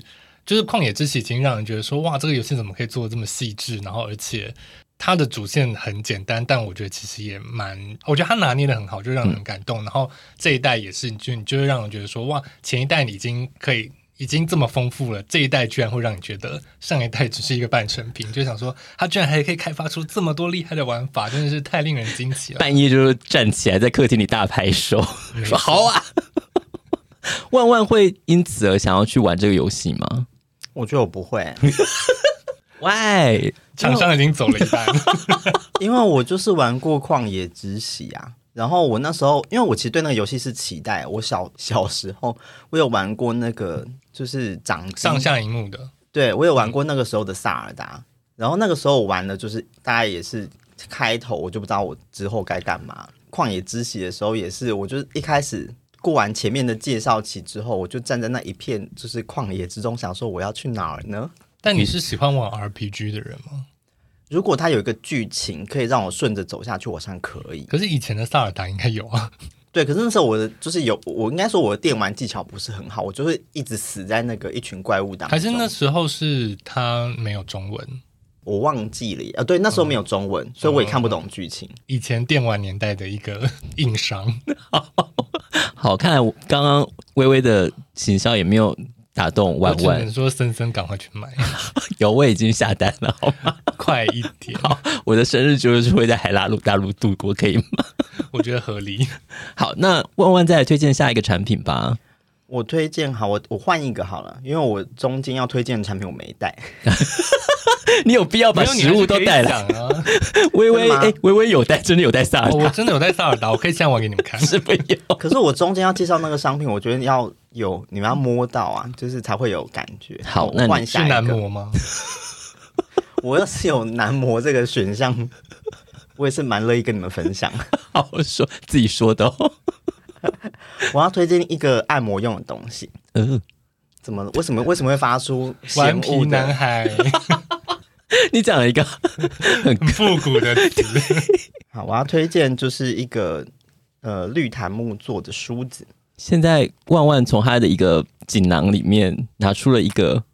就是旷野之息已经让人觉得说，哇，这个游戏怎么可以做得这么细致，然后而且它的主线很简单，但我觉得其实也我觉得它拿捏的很好，就让人很感动。然后这一代也是，你就会让人觉得说，哇，前一代你已经这么丰富了，这一代居然会让你觉得上一代只是一个半成品，就想说它居然还可以开发出这么多厉害的玩法，真的是太令人惊奇了。 半夜就站起来在客厅里大拍手，说好啊！万万会因此而想要去玩这个游戏吗？ 我觉得我不会。 喂， 厂商已经走了一半， 因为我就是玩过《旷野之息》啊。然后我那时候，因为我其实对那个游戏是期待，我小时候我有玩过那个就是掌机上下荧幕的， 对我有玩过那个时候的萨尔达。然后那个时候我玩的就是大概也是开头，我就不知道我之后该干嘛。旷野之息的时候也是，我就是一开始过完前面的介绍期之后，我就站在那一片就是旷野之中，想说我要去哪儿呢？ 但你是喜欢玩 RPG 的人吗？ 如果它有一个剧情可以让我顺着走下去，我好像可以。 可是以前的萨尔达应该有啊。 对，可是那时候我的就是我应该说我的电玩技巧不是很好，我就会一直死在那个一群怪物当中。 还是那时候是它没有中文？ 我忘记了对，那时候没有中文，所以我也看不懂剧情。 以前电玩年代的一个硬伤。 好，看来刚刚微微的行销也没有打动万万， 我只能说森森赶快去买。 有，我已经下单了，好吗？ 快一点。 好，我的生日就是会在海拉鲁大陆度过，可以吗？ 我觉得合理。 好，那万万再来推荐下一个产品吧。 我推荐好，我换一个好了，因为我中间要推荐的产品我没带。 你有必要把食物都带来啊？ 微微微微有带，真的有带萨尔达， 我真的有带萨尔达，我可以现在玩给你们看。 是不有？ 可是我中间要介绍那个商品，我觉得要有你们要摸到啊，就是才会有感觉。 好，那你是男模吗？ 我要是有男模这个选项，我也是蛮乐意跟你们分享。 好，我说自己说的哦。 我要推荐一个按摩用的东西。怎么？为什么会发出顽皮男孩？ 你讲了一个很复古的词。 好，我要推荐就是一个绿檀木做的梳子。 现在万万从他的一个锦囊里面拿出了一个，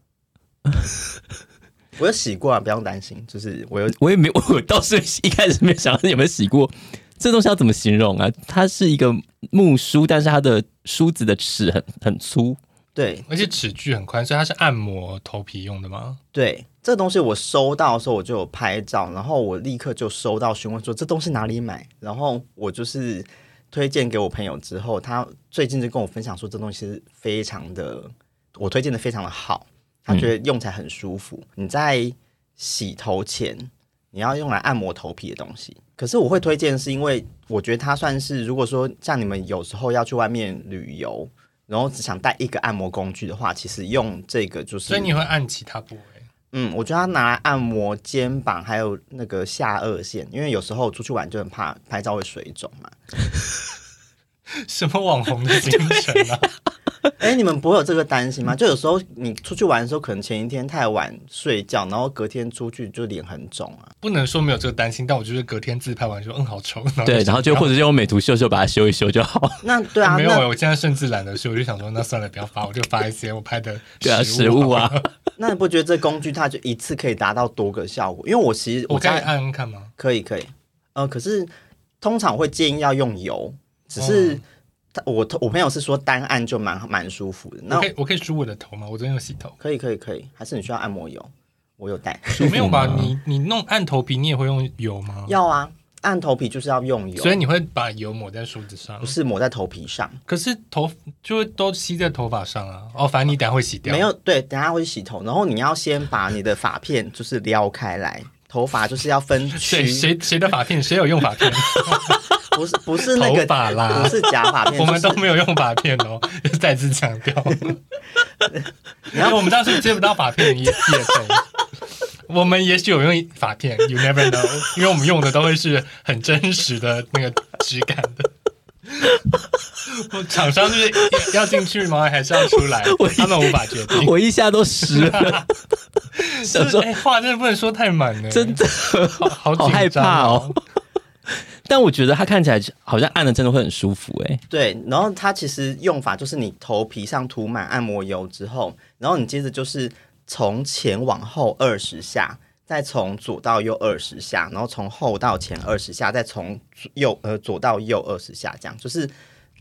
我有洗过啊，不用担心。就是我也没，我倒是一开始没有想到有没有洗过。这东西要怎么形容啊？它是一个木梳，但是它的梳子的齿很粗， 对， 而且齿距很宽，所以它是按摩头皮用的吗？ 对，这东西我收到的时候我就有拍照，然后我立刻就收到询问说这东西哪里买，然后我就是推荐给我朋友之后，他最近就跟我分享说这东西是非常的，我推荐的非常的好，他觉得用起来很舒服。你在洗头前你要用来按摩头皮的东西，可是我会推荐是因为我觉得它算是，如果说像你们有时候要去外面旅游，然后只想带一个按摩工具的话，其实用这个就是， 所以你会按其他部位？ 我觉得它拿来按摩肩膀还有那个下颚线，因为有时候出去玩就很怕拍照会水肿嘛。 什么网红的精神啊？ 你们不会有这个担心吗？就有时候你出去玩的时候，可能前一天太晚睡觉，然后隔天出去就脸很肿啊。 不能说没有这个担心，但我就是隔天自拍完说好丑， 对，然后就或者用美图秀秀把它修一修就好。 那对啊， 没有，我现在甚至懒得修，我就想说那算了，不要发，我就发一些我拍的食物啊。 那你不觉得这工具它就一次可以达到多个效果？因为我其实我可以按按看吗？ 可以，可是通常我会建议要用油，只是。我朋友是说单按就蛮舒服的。那我可以梳我的头吗？我昨天有洗头。 可以，还是你需要按摩油？我有带。 没有吧？你弄按头皮，你也会用油吗？ 要啊，按头皮就是要用油。 所以你会把油抹在梳子上？ 不是抹在头皮上， 可是头就会都吸在头发上啊。反正你等一下会洗掉。 没有，对，等一下会洗头，然后你要先把你的发片就是撩开来，头发就是要分区。 谁的发片？谁有用发片？ 不是那个头发啦， 不是假发片， 我们都没有用发片哦，再次强调。因为我们当时接不到发片的业配，我们也许有用发片 ，You never know， 因为我们用的都会是很真实的那个质感的。厂商就是要进去吗？还是要出来？他们无法决定。 我一下都湿了。 想说，话真的不能说太满了， 真的好紧张害怕哦。 但我觉得它看起来好像按了真的会很舒服哎。 对，然后它其实用法就是你头皮上涂满按摩油之后，然后你接着就是从前往后20下，再从左到右20下，然后从后到前20下，再从左到右20下，这样就是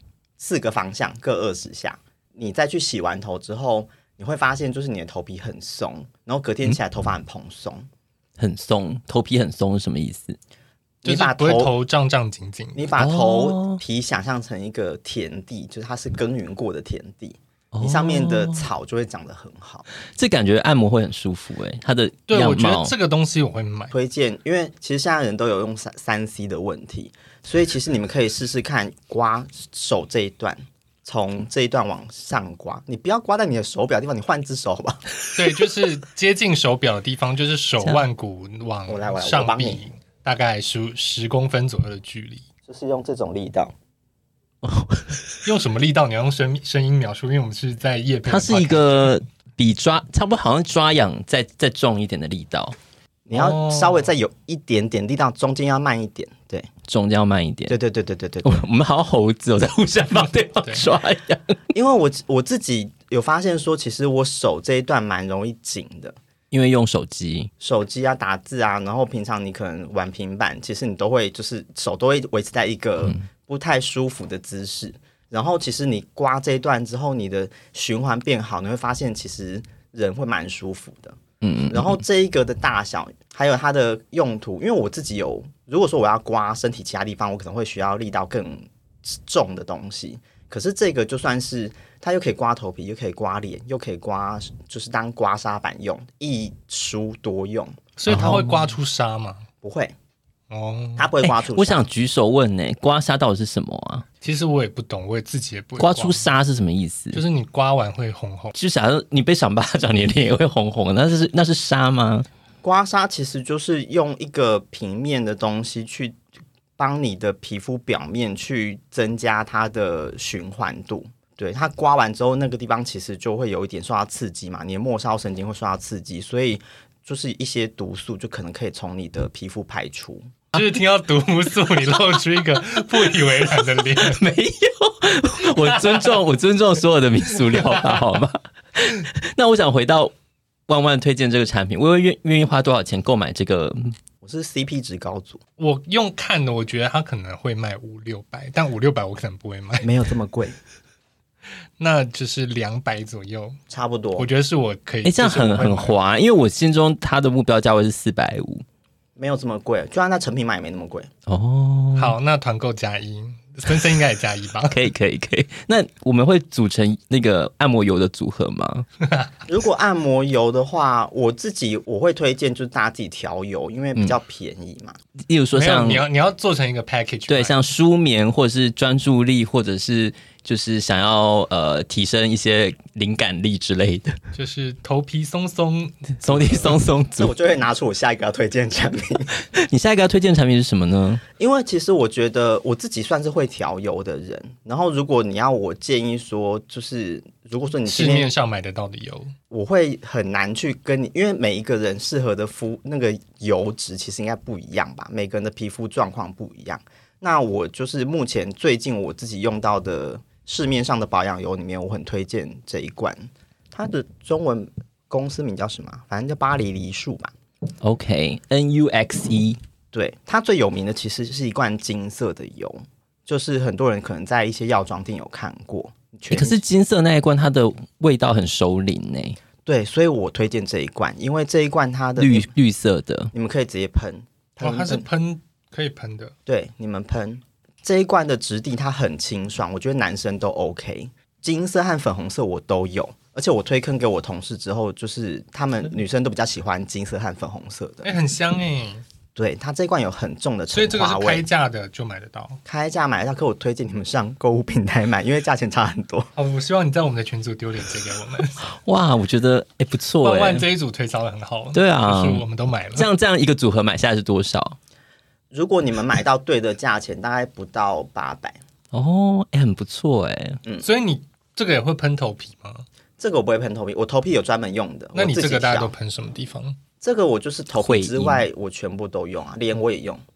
4个方向各20下。你再去洗完头之后，你会发现就是你的头皮很松，然后隔天起来头发很蓬松。 很松，头皮很松是什么意思？ 就是不会头胀胀紧紧。 你把头皮想象成一个田地，就是它是耕耘过的田地，你上面的草就会长得很好。 这感觉按摩会很舒服哎，它的样貌。 对，我觉得这个东西我会买。 推荐，因为其实现在人都有用3C 的问题，所以其实你们可以试试看刮手这一段。从这一段往上刮，你不要刮在你的手表的地方，你换只手好吧？ 对，就是接近手表的地方，就是手腕骨往上臂，大概10公分左右的距离。 就是用这种力道。 用什么力道？你要用声音描述，因为我们是在业配。 它是一个比差不多，好像抓痒再重一点的力道。 你要稍微再有一点点力道，中间要慢一点，对， 中间要慢一点。 对。 我们好像猴子在互相帮对方抓痒。 因为我自己有发现说，其实我手这一段蛮容易紧的， 因为用手机啊打字啊，然后平常你可能玩平板，其实你都会就是手都会维持在一个不太舒服的姿势。然后其实你刮这一段之后，你的循环变好，你会发现其实人会蛮舒服的。然后这一个的大小还有它的用途，因为我自己有，如果说我要刮身体其他地方，我可能会需要力道更重的东西。可是这个就算是它又可以刮头皮，又可以刮脸，又可以刮，就是当刮痧板用，一梳多用。 所以它会刮出痧吗？ 不会。 它不会刮出痧。 我想举手问呢，刮痧到底是什么啊？ 其实我也不懂，我自己也不会刮出痧是什么意思？ 就是你刮完会红红， 就假如你被赏巴掌，你的脸也会红红，那是痧吗？ 刮痧其实就是用一个平面的东西去帮你的皮肤表面去增加它的循环度。对，它刮完之后，那个地方其实就会有一点受到刺激嘛，你的末梢神经会受到刺激，所以就是一些毒素就可能可以从你的皮肤排出。 就是听到毒素，你露出一个不以为然的脸。 没有，我尊重所有的民俗疗法，好吗？那我想回到万万推荐这个产品，我会愿意花多少钱购买这个？ 我是 CP 值高组， 我用看的，我觉得它可能会卖500-600，但500-600我可能不会买， 没有这么贵。 那就是200左右， 差不多。 我觉得是我可以， 这样很划，因为我心中它的目标价位是450。 没有这么贵，就算在成品买也没那么贵哦。 好，那团购+1，森森应该也+1吧？ 可以。那我们会组成那个按摩油的组合吗？ 如果按摩油的话，我会推荐就是大家自己调油，因为比较便宜嘛。 例如说像你要做成一个 package， 对，像舒眠或者是专注力，或者是就是想要提升一些灵感力之类的， 就是头皮松松那我就会拿出我下一个要推荐的产品。 你下一个要推荐的产品是什么呢？ 因为其实我觉得我自己算是会调油的人，然后如果你要我建议说，就是如果说你市面上买得到的油， 我会很难去跟你，因为每一个人适合的那个油脂其实应该不一样吧，每个人的皮肤状况不一样。那我就是目前最近我自己用到的市面上的保养油里面，我很推荐这一罐，它的中文公司名叫什么？反正叫巴黎梨树吧。 OK，NUXE。 对，它最有名的其实是一罐金色的油，就是很多人可能在一些药妆店有看过。 可是金色那一罐它的味道很熟龄呢。 对，所以我推荐这一罐，因为这一罐它的绿色的， 你们可以直接喷。 它是可以喷的。 对，你们喷这一罐的质地它很清爽，我觉得男生都 OK。金色和粉红色我都有，而且我推坑给我同事之后，就是他们女生都比较喜欢金色和粉红色的。 很香对，它这一罐有很重的橙花味， 所以这个是开价的就买得到， 开价买得到。可我推荐你们上购物平台买，因为价钱差很多。 我希望你在我们的群组丢链接给我们。 哇，我觉得不错万万这一组推销的很好。 对啊， 就是我们都买了。 这样一个组合买下来是多少？ 如果你们买到对的价钱，大概不到800。 哦，很不错所以你这个也会喷头皮吗？ 这个我不会喷头皮，我头皮有专门用的。 那你这个大家都喷什么地方？ 这个我就是头皮之外我全部都用啊，脸我也用。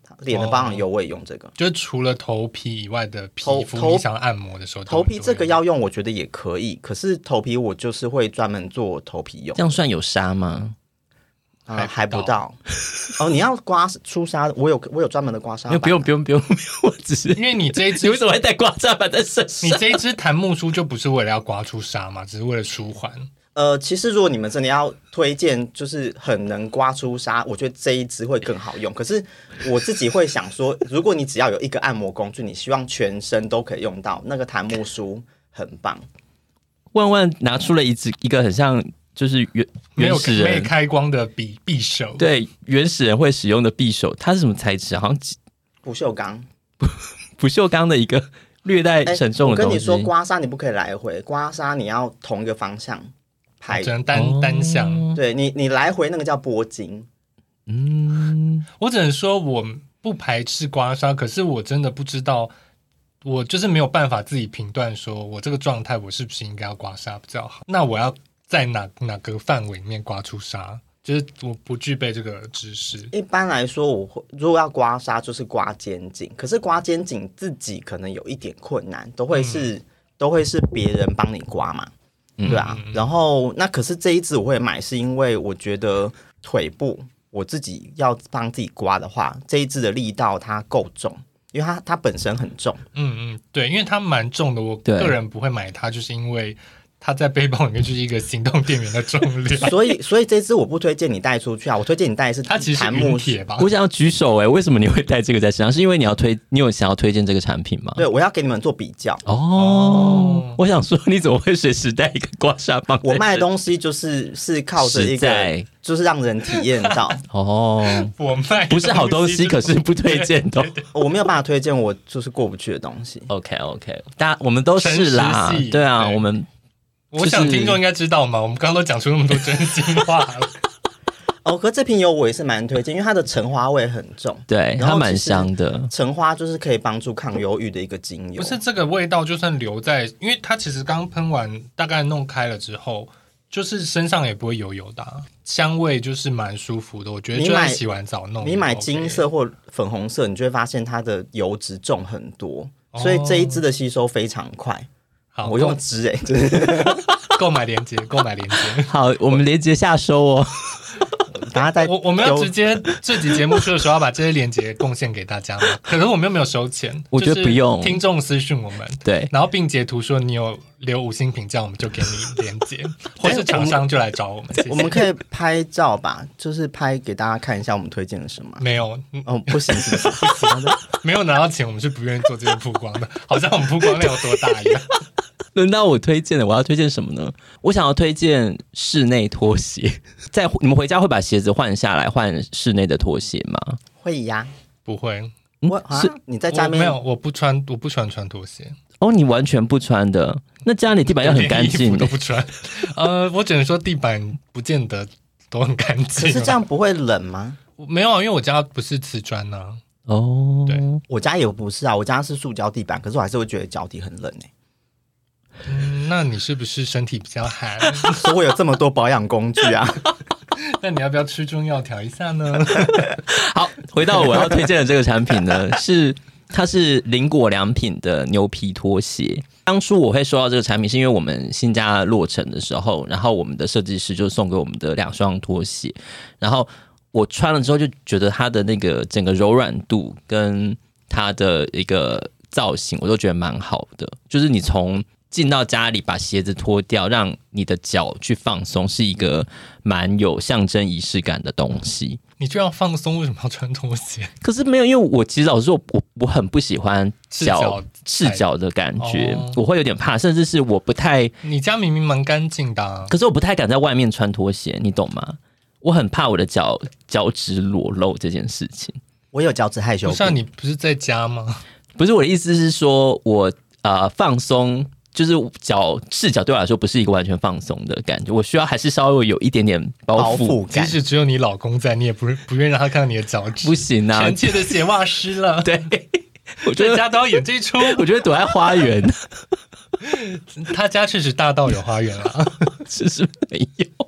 脸的保养油我也用这个。 就除了头皮以外的皮肤，你想要按摩的时候， 头皮这个要用，我觉得也可以。可是头皮我就是会专门做头皮用。 这样算有沙吗？ 还不到哦，你要刮出痧，我有专门的刮痧板。 不用，我只是因为你这一支你为什么会带刮痧板在身上？ 你这一支檀木梳就不是为了要刮出痧嘛，只是为了舒缓。 其实如果你们真的要推荐，就是很能刮出痧，我觉得这一支会更好用。可是我自己会想说，如果你只要有一个按摩工具，你希望全身都可以用到，那个檀木梳很棒。 万万拿出了一个很像就是原始人没有开光的匕首， 对，原始人会使用的匕首，它是什么材质？好像不锈钢， 不锈钢的一个略带沉重的东西。 我跟你说，刮痧你不可以来回，刮痧你要同一个方向拍， 只能单向。 对你来回那个叫拨筋。 我只能说我不排斥刮痧，可是我真的不知道，我就是没有办法自己评断说我这个状态我是不是应该要刮痧比较好。那我要在哪个范围里面刮出痧？就是我不具备这个知识。 一般来说，如果要刮痧，就是刮肩颈。可是刮肩颈自己可能有一点困难，都会是别人帮你刮嘛，对啊。然后那可是这一支我会买，是因为我觉得腿部我自己要帮自己刮的话，这一支的力道它够重，因为它本身很重。 对，因为它蛮重的，我个人不会买它，就是因为它在背包里面就是一个行动电源的重量。 所以这支我不推荐你带出去啊，我推荐你带的是它其实是云铁吧。 我想要举手为什么你会带这个在身上？是因为你有想要推荐这个产品吗？ 对，我要给你们做比较。 我想说你怎么会随时带一个刮痧棒？ 我卖的东西是靠着一个，就是让人体验到。 我卖不是好东西，可是不推荐的。 我没有办法推荐我就是过不去的东西。 OK， 大家我们都是啦，对啊， 我想听众应该知道嘛，我们刚刚都讲出那么多真心话了。 可这瓶油我也是蛮推荐，因为它的橙花味很重， 对，它蛮香的。 橙花就是可以帮助抗忧郁的一个精油。 不是这个味道，就算留在，因为它其实刚喷完，大概弄开了之后，就是身上也不会油油的，香味就是蛮舒服的。我觉得就算洗完澡弄， 你买金色或粉红色，你就会发现它的油脂重很多，所以这一支的吸收非常快。 好， 我用支购买链接。 好，我们链接下收哦。 我们要直接这集节目出的时候要把这些链接贡献给大家吗？可是我们又没有收钱， 我觉得不用。 听众私讯我们， 对， 然后并截图说你有留5星评价，我们就给你链接，或是厂商就来找我们。谢谢。 我们可以拍照吧，就是拍给大家看一下我们推荐了什么。 没有不行，是不是？不行， 没有拿到钱，我们是不愿意做这些曝光的，好像我们曝光量有多大一样。 轮到我推荐的，我要推荐什么呢？我想要推荐室内拖鞋。你们回家会把鞋子换下来换室内的拖鞋吗？ 会呀， 不会。 你在家面没有，我不喜欢穿拖鞋。 你完全不穿的，那家里地板要很干净。 连衣服都不穿。我只能说地板不见得都很干净。 可是这样不会冷吗？ 没有啊，因为我家不是瓷砖啊。 对， 我家也不是啊，我家是塑胶地板，可是我还是会觉得脚底很冷那你是不是身体比较寒？ 所以我有这么多保养工具啊。 那你要不要吃中药调一下呢？ 好，回到我要推荐的这个产品呢，它是林果良品的牛皮拖鞋。当初我会收到这个产品，是因为我们新家落成的时候，然后我们的设计师就送给我们的2双拖鞋，然后我穿了之后就觉得它的那个整个柔软度跟它的一个造型，我都觉得蛮好的。就是你从进到家里把鞋子脱掉，让你的脚去放松，是一个蛮有象征仪式感的东西。 你这样放松，为什么要穿拖鞋？ 可是没有，因为我其实老实说，我很不喜欢赤脚的感觉，我会有点怕，甚至是我不太。 你家明明蛮干净的啊， 可是我不太敢在外面穿拖鞋，你懂吗？我很怕我的脚趾裸露这件事情。 我有脚趾害羞。 不是啊，你不是在家吗？ 不是，我的意思是说，我放松。就是赤脚对我来说不是一个完全放松的感觉，我需要还是稍微有一点点包覆感。即使只有你老公在，你也不愿意让他看到你的脚趾。 不行啊， 臣妾的鞋袜湿了。 对，我觉得大家都要演这一出。 我觉得躲在花园。 他家确实大到有花园了， 只是没有。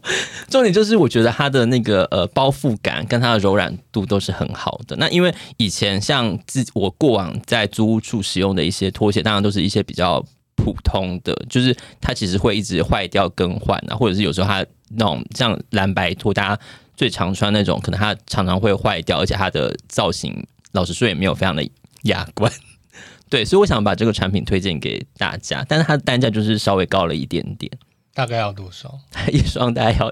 重点就是我觉得它的那个包覆感跟它的柔软度都是很好的。那因为以前像我过往在租屋处使用的一些拖鞋，当然都是一些比较普通的，就是它其实会一直坏掉更换啊，或者是有时候它那种像蓝白拖，大家最常穿那种，可能它常常会坏掉，而且它的造型老实说也没有非常的雅观。对，所以我想把这个产品推荐给大家，但是它的单价就是稍微高了一点点， 大概要多少？ 一双大概要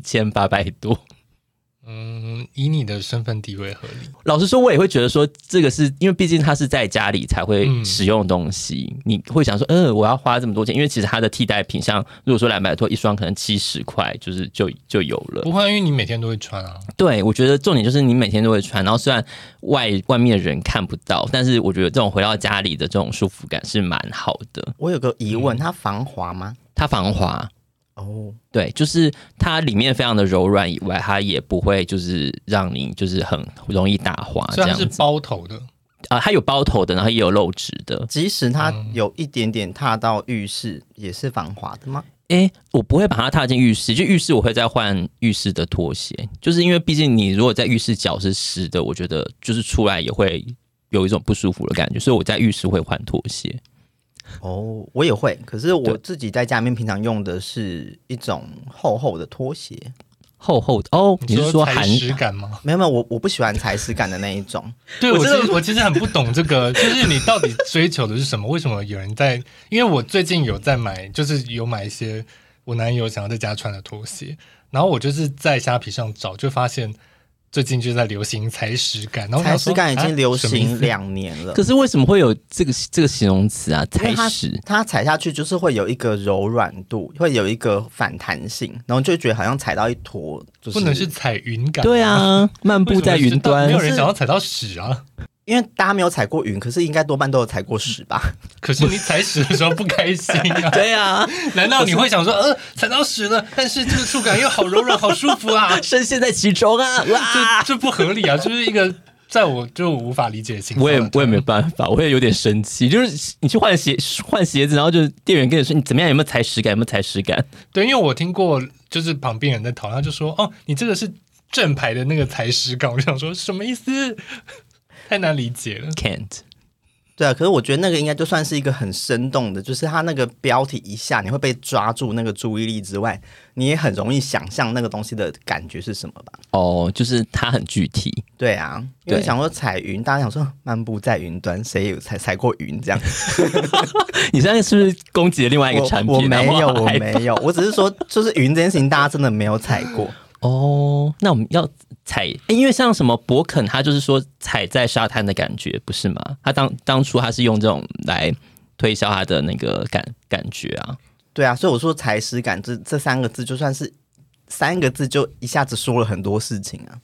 1800多。 以你的身份地位合理。 老实说，我也会觉得说，这个是因为毕竟它是在家里才会使用的东西，你会想说，我要花这么多钱，因为其实它的替代品，像如果说蓝白拖一双可能70块，就有了。 不会，因为你每天都会穿啊。 对，我觉得重点就是你每天都会穿，然后虽然外面的人看不到，但是我觉得这种回到家里的这种舒服感是蛮好的。 我有个疑问，它防滑吗？ 它防滑。 哦， 对，就是它里面非常的柔软以外，它也不会就是让你就是很容易打滑这样子。 所以它是包头的它有包头的，然后也有露趾的。 即使它有一点点踏到浴室，也是防滑的吗？ 我不会把它踏进浴室，就浴室我会再换浴室的拖鞋，就是因为毕竟你如果在浴室脚是湿的，我觉得就是出来也会有一种不舒服的感觉，所以我在浴室会换拖鞋。 哦，我也会，可是我自己在家里面平常用的是一种厚厚的拖鞋， 厚厚的哦，你是说踩石感吗？ 没有，我不喜欢踩石感的那一种。 对，我其实很不懂这个，就是你到底追求的是什么？为什么有人在？因为我最近有在买，就是有买一些我男友想要在家穿的拖鞋，然后我就是在虾皮上找，就发现最近就在流行踩石感，然后踩石感已经流行2年了。 可是为什么会有这个形容词啊？踩石， 它踩下去就是会有一个柔软度，会有一个反弹性，然后就觉得好像踩到一坨，就是不能是踩云感。 对啊，漫步在云端， 没有人想要踩到屎啊。 因为大家没有踩过云，可是应该多半都有踩过屎吧？ 可是你踩屎的时候不开心啊？ 对啊， 难道你会想说，踩到屎了，但是这个触感又好柔软、好舒服啊， 深陷在其中啊，哇， 这不合理啊！就是一个在我就无法理解的情况。 我也没办法，我也有点生气。就是你去换鞋子，然后就店员跟你说你怎么样，有没有踩屎感？有没有踩屎感？ 对，因为我听过，就是旁边人在讨论，他就说，你这个是正牌的那个踩屎感，我就想说什么意思？太难理解了 ，can't。 对啊，可是我觉得那个应该就算是一个很生动的，就是它那个标题一下你会被抓住那个注意力之外，你也很容易想象那个东西的感觉是什么吧？ 哦，就是它很具体。 对啊，因为想说踩云，大家想说漫步在云端，谁有踩过云这样？ 你现在是不是攻击了另外一个产品？ 我没有，我只是说，就是云这件事情，大家真的没有踩过。 哦，那我们要踩，因为像什么博肯，他就是说踩在沙滩的感觉，不是吗？他当初他是用这种来推销他的那个感觉啊。 对啊，所以我说踩石感这3个字，就算是3个字，就一下子说了很多事情啊。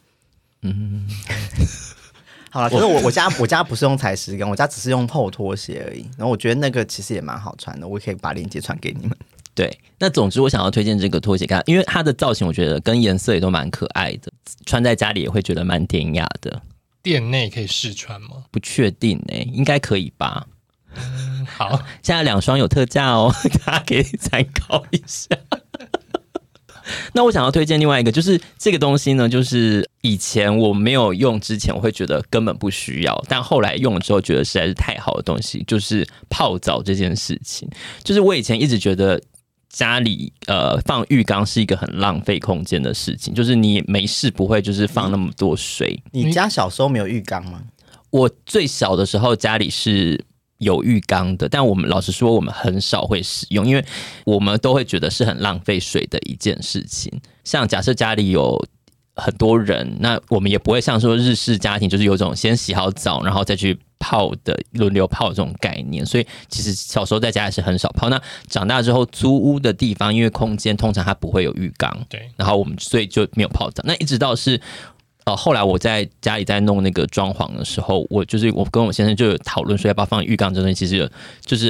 好了，可是我家不是用踩石感，我家只是用厚拖鞋而已。然后我觉得那个其实也蛮好穿的，我可以把链接传给你们。 对，那总之我想要推荐这个拖鞋，因为它的造型我觉得跟颜色也都蛮可爱的，穿在家里也会觉得蛮典雅的。 店内可以试穿吗？ 不确定应该可以吧。 好， 现在2双有特价哦，大家可以参考一下。那我想要推荐另外一个，就是这个东西呢，就是以前我没有用之前，我会觉得根本不需要，但后来用了之后，觉得实在是太好的东西，就是泡澡这件事情。就是我以前一直觉得家里放浴缸是一个很浪费空间的事情，就是你没事不会就是放那么多水。 你家小时候没有浴缸吗？ 我最小的时候家里是有浴缸的，但我们老实说，我们很少会使用，因为我们都会觉得是很浪费水的一件事情。像假设家里有很多人，那我们也不会像说日式家庭，就是有种先洗好澡，然后再去泡的轮流泡这种概念。所以其实小时候在家里是很少泡。那长大之后租屋的地方，因为空间通常它不会有浴缸， 对， 然后我们所以就没有泡澡。那一直到是。后来我在家里在弄那个装潢的时候，我跟我先生就有讨论说要不要放浴缸这东西，其实就是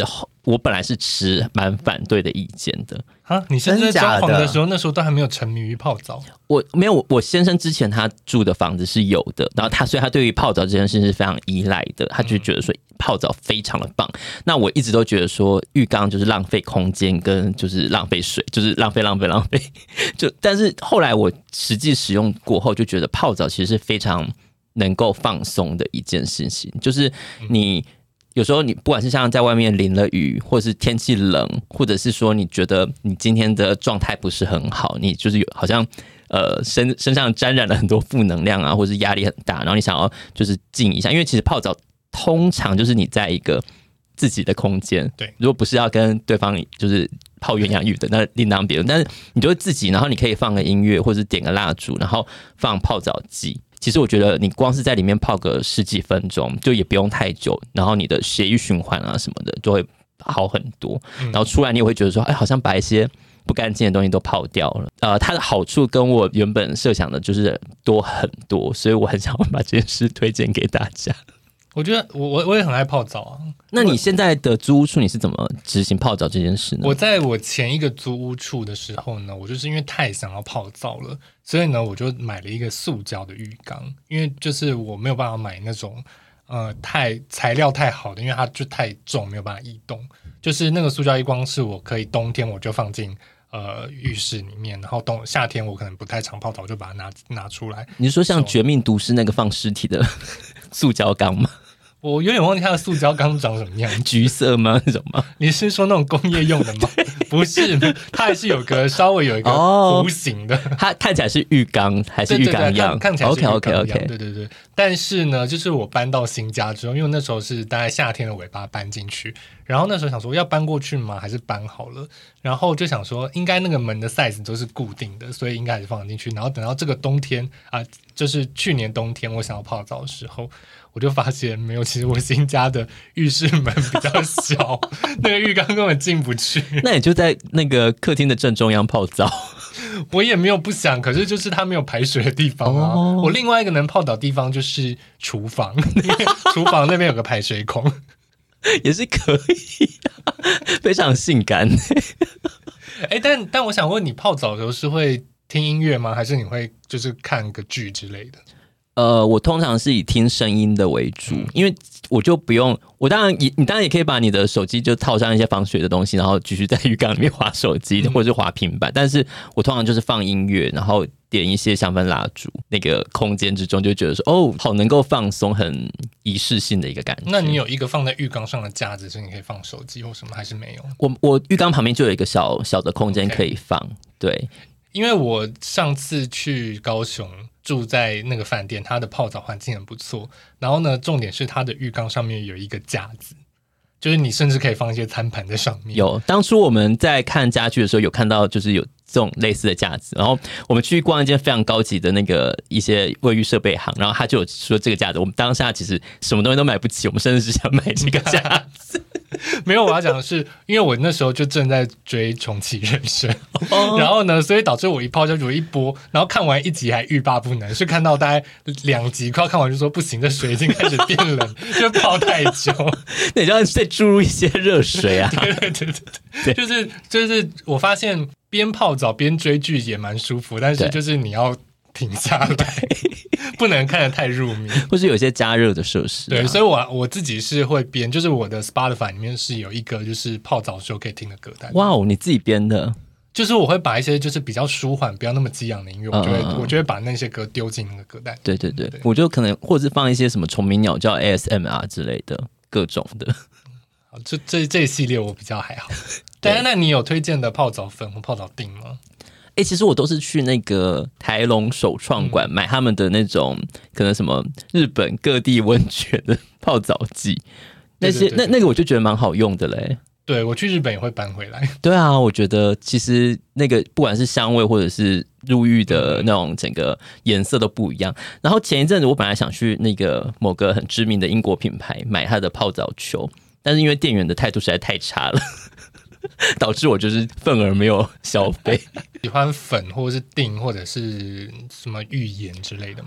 我本来是持蛮反对的意见的。 啊，你甚至在装潢的时候，那时候都还没有沉迷于泡澡。 我没有，我先生之前他住的房子是有的，然后所以他对于泡澡这件事是非常依赖的，他就觉得说泡澡非常的棒。那我一直都觉得说浴缸就是浪费空间跟就是浪费水，就是浪费。但是后来我实际使用过后，就觉得泡澡其实是非常能够放松的一件事情，就是你。有时候你不管是像在外面淋了雨，或者是天气冷，或者是说你觉得你今天的状态不是很好，你就是好像身上沾染了很多负能量啊，或者是压力很大，然后你想要就是静一下，因为其实泡澡通常就是你在一个自己的空间， 对， 如果不是要跟对方就是泡鸳鸯浴的，那另当别论。但是你就会自己，然后你可以放个音乐，或者是点个蜡烛，然后放泡澡机。其实我觉得你光是在里面泡个10几分钟，就也不用太久，然后你的血液循环啊什么的就会好很多。然后出来你也会觉得说，哎，好像把一些不干净的东西都泡掉了。它的好处跟我原本设想的就是多很多，所以我很想要把这件事推荐给大家。 我觉得我也很爱泡澡啊。 那你现在的租屋处你是怎么执行泡澡这件事呢？ 我在我前一个租屋处的时候呢，我就是因为太想要泡澡了，所以呢我就买了一个塑胶的浴缸，因为就是我没有办法买那种材料太好的，因为它就太重，没有办法移动。就是那个塑胶浴缸是我可以冬天我就放进浴室里面，然后夏天我可能不太常泡澡，我就把它拿出来。 你是说像《绝命毒师》那个放尸体的塑胶缸吗？ 我有点忘记它的塑胶缸长什么样， 橘色吗？那种吗？ 你是说那种工业用的吗？不是，它还是稍微有一个弧形的。 它看起来是浴缸还是浴缸样？ 看起来是浴缸样。 OK。 对。但是呢，就是我搬到新家之后，因为那时候是大概夏天的尾巴搬进去，然后那时候想说要搬过去吗？还是搬好了？然后就想说应该那个门的 size 都是固定的，所以应该还是放进去。然后等到这个冬天就是去年冬天我想要泡澡的时候，我就发现没有，其实我新家的浴室门比较小，那个浴缸根本进不去。 那你就在那个客厅的正中央泡澡。 我也没有不想，可是就是它没有排水的地方啊。我另外一个能泡澡的地方就是厨房，因为厨房那边有个排水孔， 也是可以，非常性感。 但我想问你，泡澡的时候是会听音乐吗？还是你会就是看个剧之类的？ 我通常是以听声音的为主，因为我就不用，你当然也可以把你的手机就套上一些防水的东西，然后继续在浴缸里面滑手机或者是滑平板，但是我通常就是放音乐，然后点一些香氛蜡烛，那个空间之中就觉得说好能够放松，很仪式性的一个感觉。 那你有一个放在浴缸上的架子，所以你可以放手机或什么，还是没有？ 我浴缸旁边就有一个小小的空间可以放，对。 因为我上次去高雄住在那个饭店，它的泡澡环境很不错，然后呢重点是它的浴缸上面有一个架子，就是你甚至可以放一些餐盘在上面。 有，当初我们在看家具的时候有看到就是有这种类似的架子，然后我们去逛一间非常高级的那个一些卫浴设备行，然后他就有说这个架子，我们当下其实什么东西都买不起，我们甚至是想买这个架子。 没有，我要讲的是，因为我那时候就正在追重启人生，然后呢，所以导致我一泡下去一波，然后看完1集还欲罢不能，是看到大概2集，快要看完就说不行，这水已经开始变冷，就泡太久。 那你就要再注入一些热水啊！ 对，就是我发现边泡澡边追剧也蛮舒服，但是就是你要停下来，不能看得太入迷， 或是有一些加热的设施。 对，所以我自己是会编，就是我的 Spotify 里面是有一个就是泡澡时候可以听的歌单。 哇哦，你自己编的？ 就是我会把一些就是比较舒缓、不要那么激昂的音乐，我就会把那些歌丢进那个歌单。 对，我就可能或是放一些什么虫鸣鸟叫 ASMR 之类的各种的。 好，这一系列我比较还好。但那你有推荐的泡澡粉或泡澡锭吗？ 其实我都是去那个台龙首创馆买他们的那种可能什么日本各地温泉的泡澡剂，那些那个我就觉得蛮好用的嘞。 对，我去日本也会搬回来。 对啊，我觉得其实那个不管是香味或者是入浴的那种整个颜色都不一样。然后前一阵子我本来想去那个某个很知名的英国品牌买它的泡澡球，但是因为店员的态度实在太差了。导致我就是份额没有消费。 喜欢粉或者是锭或者是什么浴盐之类的吗？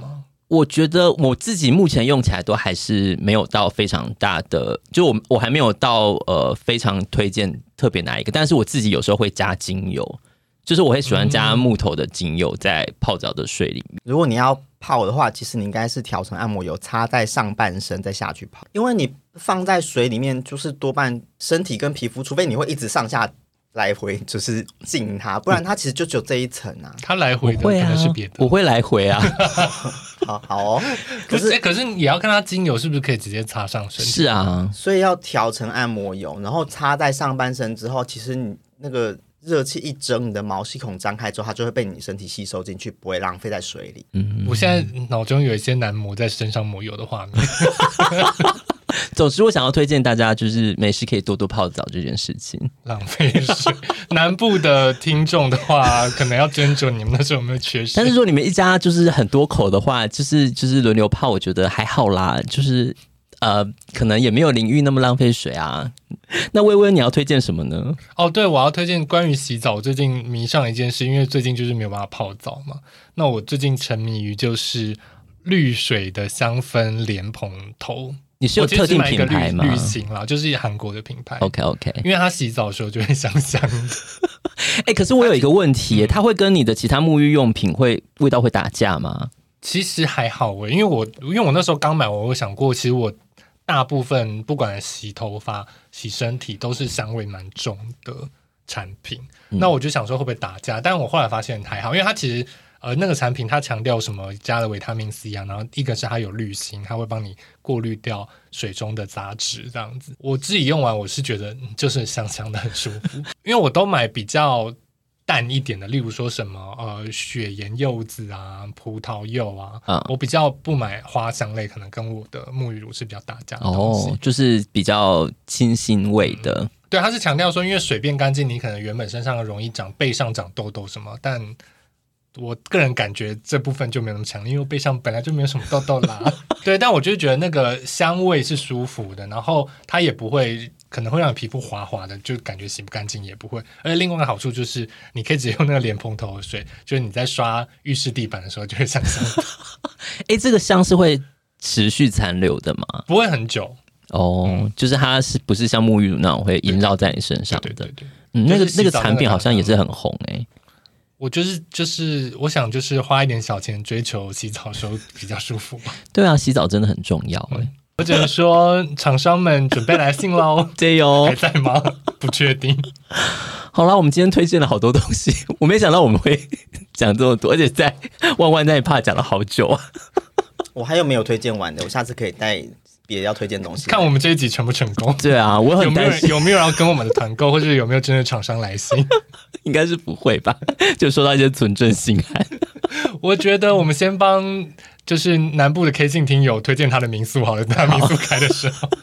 我觉得我自己目前用起来都还是没有到非常大的，就我还没有到非常推荐特别哪一个，但是我自己有时候会加精油，就是我会喜欢加木头的精油在泡澡的水里面。 如果你要泡的话，其实你应该是调成按摩油，擦在上半身再下去泡，因为你放在水里面，就是多半身体跟皮肤，除非你会一直上下来回就是浸它，不然它其实就只有这一层啊。 它来回的可能是别的， 我会来回啊。 好哦， 可是也要看它精油是不是可以直接擦上身体。 是啊， 所以要调成按摩油，然后擦在上半身之后，其实你那个热气一蒸，你的毛细孔张开之后，它就会被你身体吸收进去，不会浪费在水里。 我现在脑中有一些男模在身上抹油的画面。 总之，我想要推荐大家，就是没事可以多多泡澡这件事情。 浪费水，南部的听众的话，可能要斟酌你们那时候有没有缺水。 但是说你们一家就是很多口的话，就是轮流泡，我觉得还好啦，就是可能也没有淋浴那么浪费水啊。那薇薇你要推荐什么呢？ 哦，对，我要推荐关于洗澡，我最近迷上一件事，因为最近就是没有办法泡澡嘛。那我最近沉迷于就是绿水的香氛莲蓬头。 你是有特定品牌吗？ 滤芯啦，就是韩国的品牌。 OK， 因为它洗澡的时候就会香香的。 可是我有一个问题，它会跟你的其他沐浴用品味道会打架吗？ 其实还好因为我那时候刚买，我有想过，其实我大部分不管洗头发、洗身体都是香味蛮重的产品。那我就想说会不会打架，但我后来发现还好，因为它其实。那个产品它强调什么加了维他命 C 啊，然后一个是它有滤芯，它会帮你过滤掉水中的杂质这样子。我自己用完我是觉得就是香香的很舒服，因为我都买比较淡一点的，例如说什么雪盐柚子啊、葡萄柚啊，我比较不买花香类，可能跟我的沐浴乳是比较打架的东西。 就是比较清新味的。 对，它是强调说因为水变干净，你可能原本身上容易背上长痘痘什么，但我个人感觉这部分就没有那么强烈，因为我背上本来就没有什么痘痘啦。对，但我就觉得那个香味是舒服的，然后它也不会可能会让你皮肤滑滑的，就感觉洗不干净也不会。而且另外一个好处就是你可以直接用那个莲蓬头的水，就是你在刷浴室地板的时候就会香香的。 这个香是会持续残留的吗？ 不会很久就是它是不是像沐浴乳那种会萦绕在你身上的？ 对， 那个产品好像也是很红我就是我想就是花一点小钱追求洗澡的时候比较舒服吧。 对啊，洗澡真的很重要我只能说厂商们准备来信咯。 加油！ 还在吗？不确定。 好啦，我们今天推荐了好多东西，我没想到我们会讲这么多，而且在万万那一趴讲了好久啊。 我还有没有推荐完的？我下次可以带别的要推荐东西。 看我们这一集成不成功？ 对啊，我很担心有没有人要跟我们的团购，或者有没有真的厂商来信？ 应该是不会吧？就收到一些存证信函。 我觉得我们先帮就是南部的 K 信听友推荐他的民宿好了，他民宿开的时候。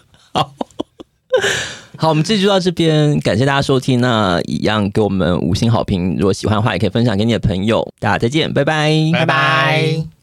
好，我们这集就到这边，感谢大家收听。那一样给我们5星好评，如果喜欢的话，也可以分享给你的朋友。大家再见，拜拜， 拜拜。